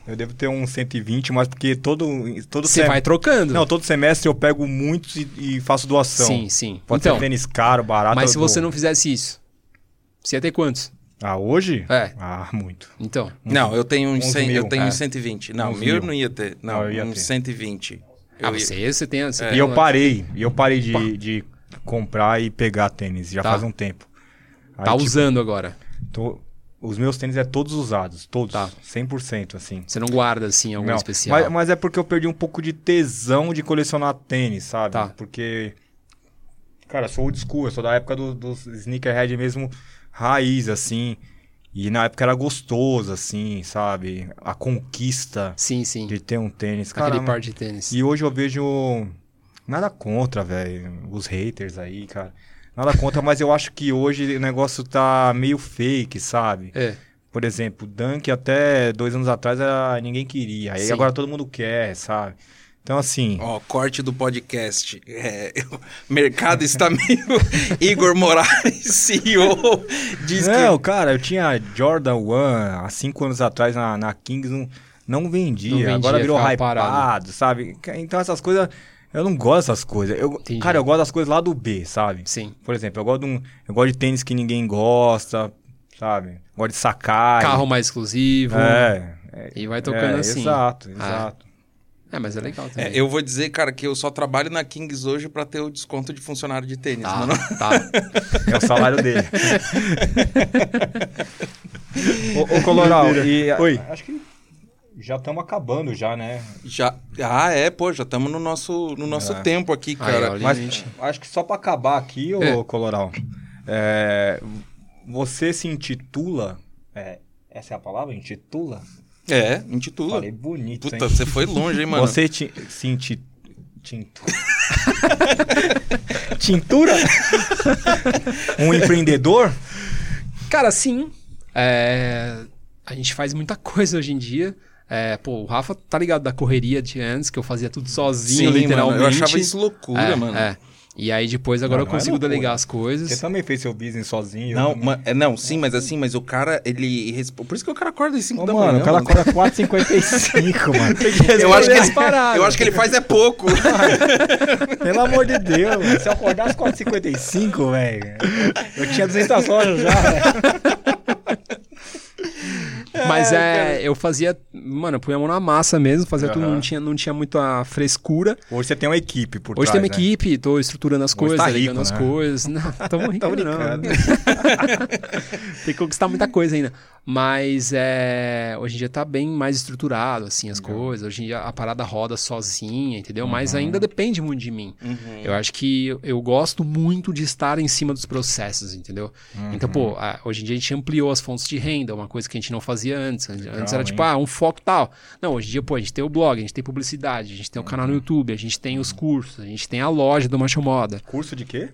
Eu devo ter uns 120, mas porque todo Você vai trocando. Não, todo semestre eu pego muitos e faço doação. Sim. Pode ser tênis caro, barato. Mas se você não fizesse isso, você ia ter quantos? Ah, hoje? É. Ah, muito. Então. Não, eu tenho uns 100, mil, eu tenho uns 120. Não, uns 1000 mil. não ia ter. Não, Eu ia uns ter. 120. Você tem... Você E tem eu parei de comprar e pegar tênis, já Tá. faz um tempo. Aí, Tá tipo, usando agora. os meus tênis é todos usados, todos, Tá. 100%, assim. Você não guarda, assim, algum Não, especial. mas é porque eu perdi um pouco de tesão de colecionar tênis, sabe? Tá. Porque, cara, eu sou old school, eu sou da época dos sneakerhead mesmo, raiz, assim. E na época era gostoso, assim, sabe? A conquista Sim. de ter um tênis. Aquele Caramba. par de tênis. E hoje eu vejo nada contra, velho, os haters aí, cara. Nada contra, mas eu acho que hoje o negócio tá meio fake, sabe? É. Por exemplo, Dunk até 2 anos atrás ninguém queria. Aí Sim. agora todo mundo quer, sabe? Então, assim... Ó, corte do podcast. O mercado está meio... Igor Moraes, CEO, diz Não, cara, eu tinha Jordan 1 há 5 anos atrás na Kings, não vendia. Agora virou ficava hypado, parado. sabe? Então essas coisas... Eu não gosto dessas coisas. Entendi. Cara, eu gosto das coisas lá do B, sabe? Sim. Por exemplo, eu gosto de tênis que ninguém gosta, sabe? Eu gosto de Sakai. Carro mais exclusivo. E vai tocando assim. Exato. Mas é legal também. eu vou dizer, cara, que eu só trabalho na Kings hoje pra ter o desconto de funcionário de tênis, mano. Tá. É o salário dele. Ô, Coloral, Oi. acho que já estamos acabando já, né? Já estamos no nosso tempo aqui, cara. olha, Mas gente. acho que só para acabar aqui, ô Coloral, você se intitula... essa é a palavra? Intitula? Intitula. Falei bonito, Puta, hein? você foi longe, hein, mano? Você se tintura? Um empreendedor? Cara, sim. A gente faz muita coisa hoje em dia. O Rafa tá ligado da correria de antes, que eu fazia tudo sozinho, Sim, literalmente. mano, eu achava isso loucura, mano. E aí depois agora eu consigo delegar as coisas. Você também fez seu business sozinho. Mas o cara, ele... Por isso que o cara acorda às 5 da Mano, manhã, o cara mano. acorda 4h55, mano. Eu acho que ele faz é pouco. Pelo amor de Deus, mano. Se eu acordar às 4h55, velho, eu tinha 200 horas já, velho. Mas eu fazia, mano, eu punha a mão na massa mesmo, fazia tudo, não tinha muita frescura. Hoje você tem uma equipe por Hoje trás, tem uma né? equipe, tô estruturando as coisas, tá ligando rico, as né? coisas. Não, tamo rico, não. brincando. Tem que conquistar muita coisa ainda. Mas hoje em dia tá bem mais estruturado, assim, as coisas. Hoje em dia a parada roda sozinha, entendeu? Mas ainda depende muito de mim. Eu acho que eu gosto muito de estar em cima dos processos, entendeu? Então, hoje em dia a gente ampliou as fontes de renda, uma coisa que a gente não fazia antes. Antes era tipo, um foco tal. Não, hoje em dia, a gente tem o blog, a gente tem publicidade, a gente tem o canal no YouTube, a gente tem os cursos, a gente tem a loja do Macho Moda. Curso de quê?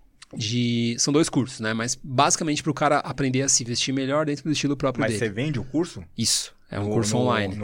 São 2 cursos, né? Mas basicamente pro cara aprender a se vestir melhor dentro do estilo próprio Mas dele. você vende o curso? Isso, é um curso online.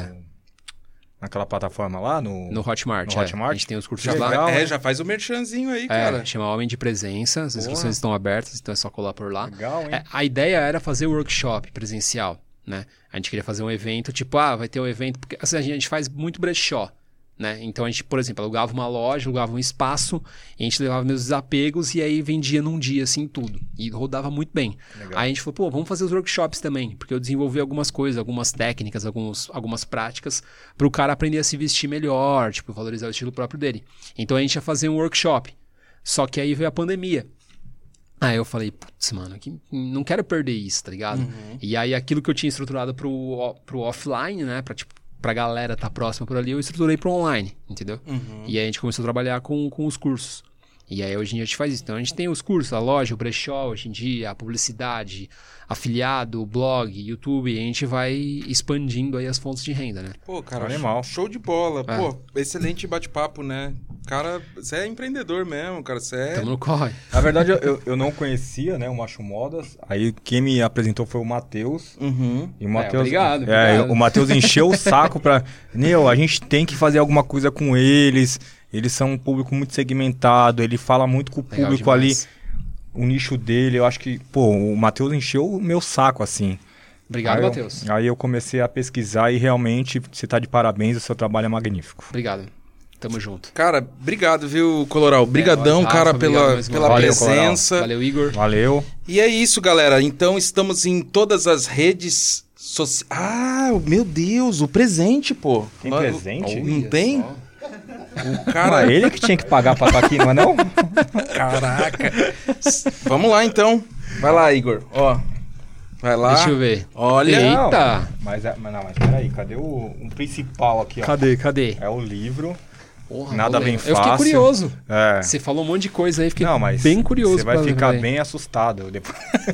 Naquela plataforma lá? No Hotmart. No Hotmart? A gente tem os cursos Já lá. legal, né? Já faz o merchanzinho aí, cara. Chama Homem de Presença, as inscrições estão abertas, então é só colar por lá. Legal, hein? A ideia era fazer workshop presencial, né? A gente queria fazer um evento, tipo, vai ter um evento... Porque assim, a gente faz muito brechó, né? Então a gente, por exemplo, alugava uma loja, alugava um espaço, e a gente levava meus desapegos e aí vendia num dia, assim, tudo. E rodava muito bem. Legal. Aí a gente falou, vamos fazer os workshops também, porque eu desenvolvi algumas coisas, algumas técnicas, algumas práticas para o cara aprender a se vestir melhor, tipo, valorizar o estilo próprio dele. Então a gente ia fazer um workshop. Só que aí veio a pandemia. Aí eu falei, putz, mano, não quero perder isso, tá ligado? E aí aquilo que eu tinha estruturado pro offline, né, pra galera tá próxima por ali, eu estruturei pro online, entendeu? E aí a gente começou a trabalhar com os cursos. E aí hoje em dia a gente faz isso. Então a gente tem os cursos, a loja, o brechó hoje em dia, a publicidade, afiliado, blog, YouTube, e a gente vai expandindo aí as fontes de renda, né? Pô, cara, Animal. show de bola. Pô, excelente bate-papo, né? Cara, você é empreendedor mesmo, cara. Você é... Tamo no corre. Na verdade, eu não conhecia, né, o Macho Modas. Aí quem me apresentou foi o Matheus. E o Matheus, obrigado. O Matheus encheu o saco pra... a gente tem que fazer alguma coisa com eles. Eles são um público muito segmentado. Ele fala muito com o Legal público ali. demais. O nicho dele, eu acho que... o Matheus encheu o meu saco, assim. Obrigado, Matheus. Aí eu comecei a pesquisar e realmente você tá de parabéns, o seu trabalho é magnífico. Obrigado. Tamo junto. Cara, obrigado, viu, Coloral? Obrigadão, Rafa, cara, obrigado pela Valeu, presença. Valeu, Igor. Valeu. E é isso, galera. Então, estamos em todas as redes sociais. Ah, meu Deus, o presente, pô. Tem presente? Não tem? Só. O cara... Ele que tinha que pagar pra estar aqui, não é não? Caraca. Vamos lá, então. Vai lá, Igor. Ó. Vai lá. Deixa eu ver. Olha. Eita. Mas peraí, cadê o principal aqui, ó? Cadê? É o livro. Porra, Nada vou bem ler. Eu fiquei fácil. curioso. É. Você falou um monte de coisa aí, fiquei Não, mas bem curioso. você vai pra ficar ver. bem assustado depois.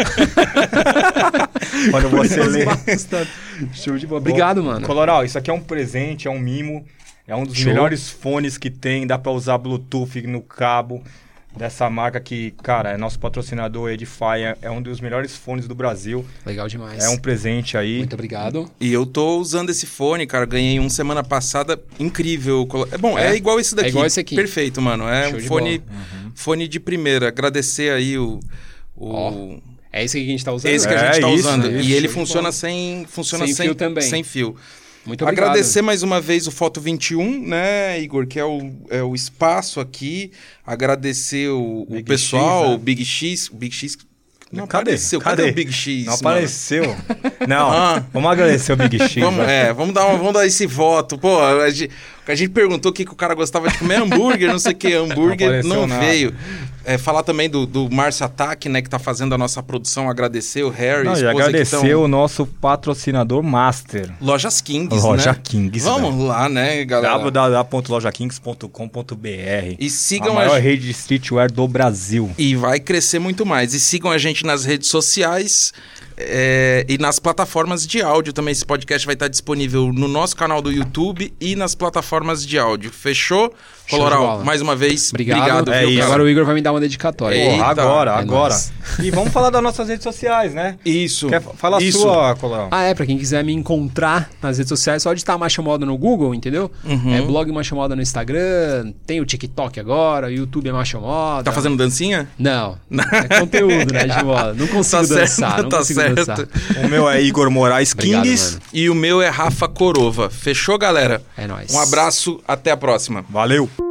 Quando você ler. Show de bola. Obrigado, mano. Coloral, isso aqui é um presente, é um mimo. É um dos Show. melhores fones que tem. Dá pra usar Bluetooth no cabo. Dessa marca que, cara, é nosso patrocinador, Edify. É um dos melhores fones do Brasil. Legal demais. É um presente aí. Muito obrigado. E eu tô usando esse fone, cara. Ganhei um semana passada. Incrível. É bom, é igual esse daqui. É igual esse aqui. Perfeito, mano. É Show um de fone, bola. fone de primeira. Agradecer aí o... Ó, é esse aqui que a gente tá usando? Esse que a É gente tá isso, usando. isso. E ele Show de funciona bola. sem fio também. Sem fio. Muito obrigado. Agradecer mais uma vez o Foto 21, né, Igor, que é o espaço aqui. Agradecer o Big pessoal, X, né? o Big X. O Big X não Cadê? apareceu. Cadê o Big X? Não mano? apareceu. Não, Ah. vamos agradecer o Big X. vai. Vamos dar esse voto. Pô, a gente perguntou o que o cara gostava de comer hambúrguer, não sei o que, hambúrguer apareceu não nada. veio. Falar também do Márcio Ataque, né, que tá fazendo a nossa produção, agradecer o Harry, Não, a e esposa agradecer que tão... o nosso patrocinador master. Lojas Kings, Loja né? Kings, Vamos lá, né, galera? www.lojakings.com.br. E sigam a maior rede de streetwear do Brasil. E vai crescer muito mais. E sigam a gente nas redes sociais e nas plataformas de áudio também. Esse podcast vai estar disponível no nosso canal do YouTube e nas plataformas de áudio. Fechou? Show de Coloral, bola. mais uma vez, Obrigado. É viu, E isso. cara? agora o Igor vai me dar uma dedicatória. Eita, Agora. nóis. E vamos falar das nossas redes sociais, né? Isso. Fala a Isso. sua, Coloral. Pra quem quiser me encontrar nas redes sociais, só digitar Marcha Moda no Google, entendeu? Blog Marcha Moda no Instagram, tem o TikTok agora, o YouTube é Marcha Moda. Tá fazendo dancinha? Não, é conteúdo, né, de moda. Não consigo dançar, não tá consigo certo. dançar. O meu é Igor Moraes Obrigado, Kings. mano. E o meu é Rafa Corova. Fechou, galera? É nóis. Um abraço, até a próxima. Valeu.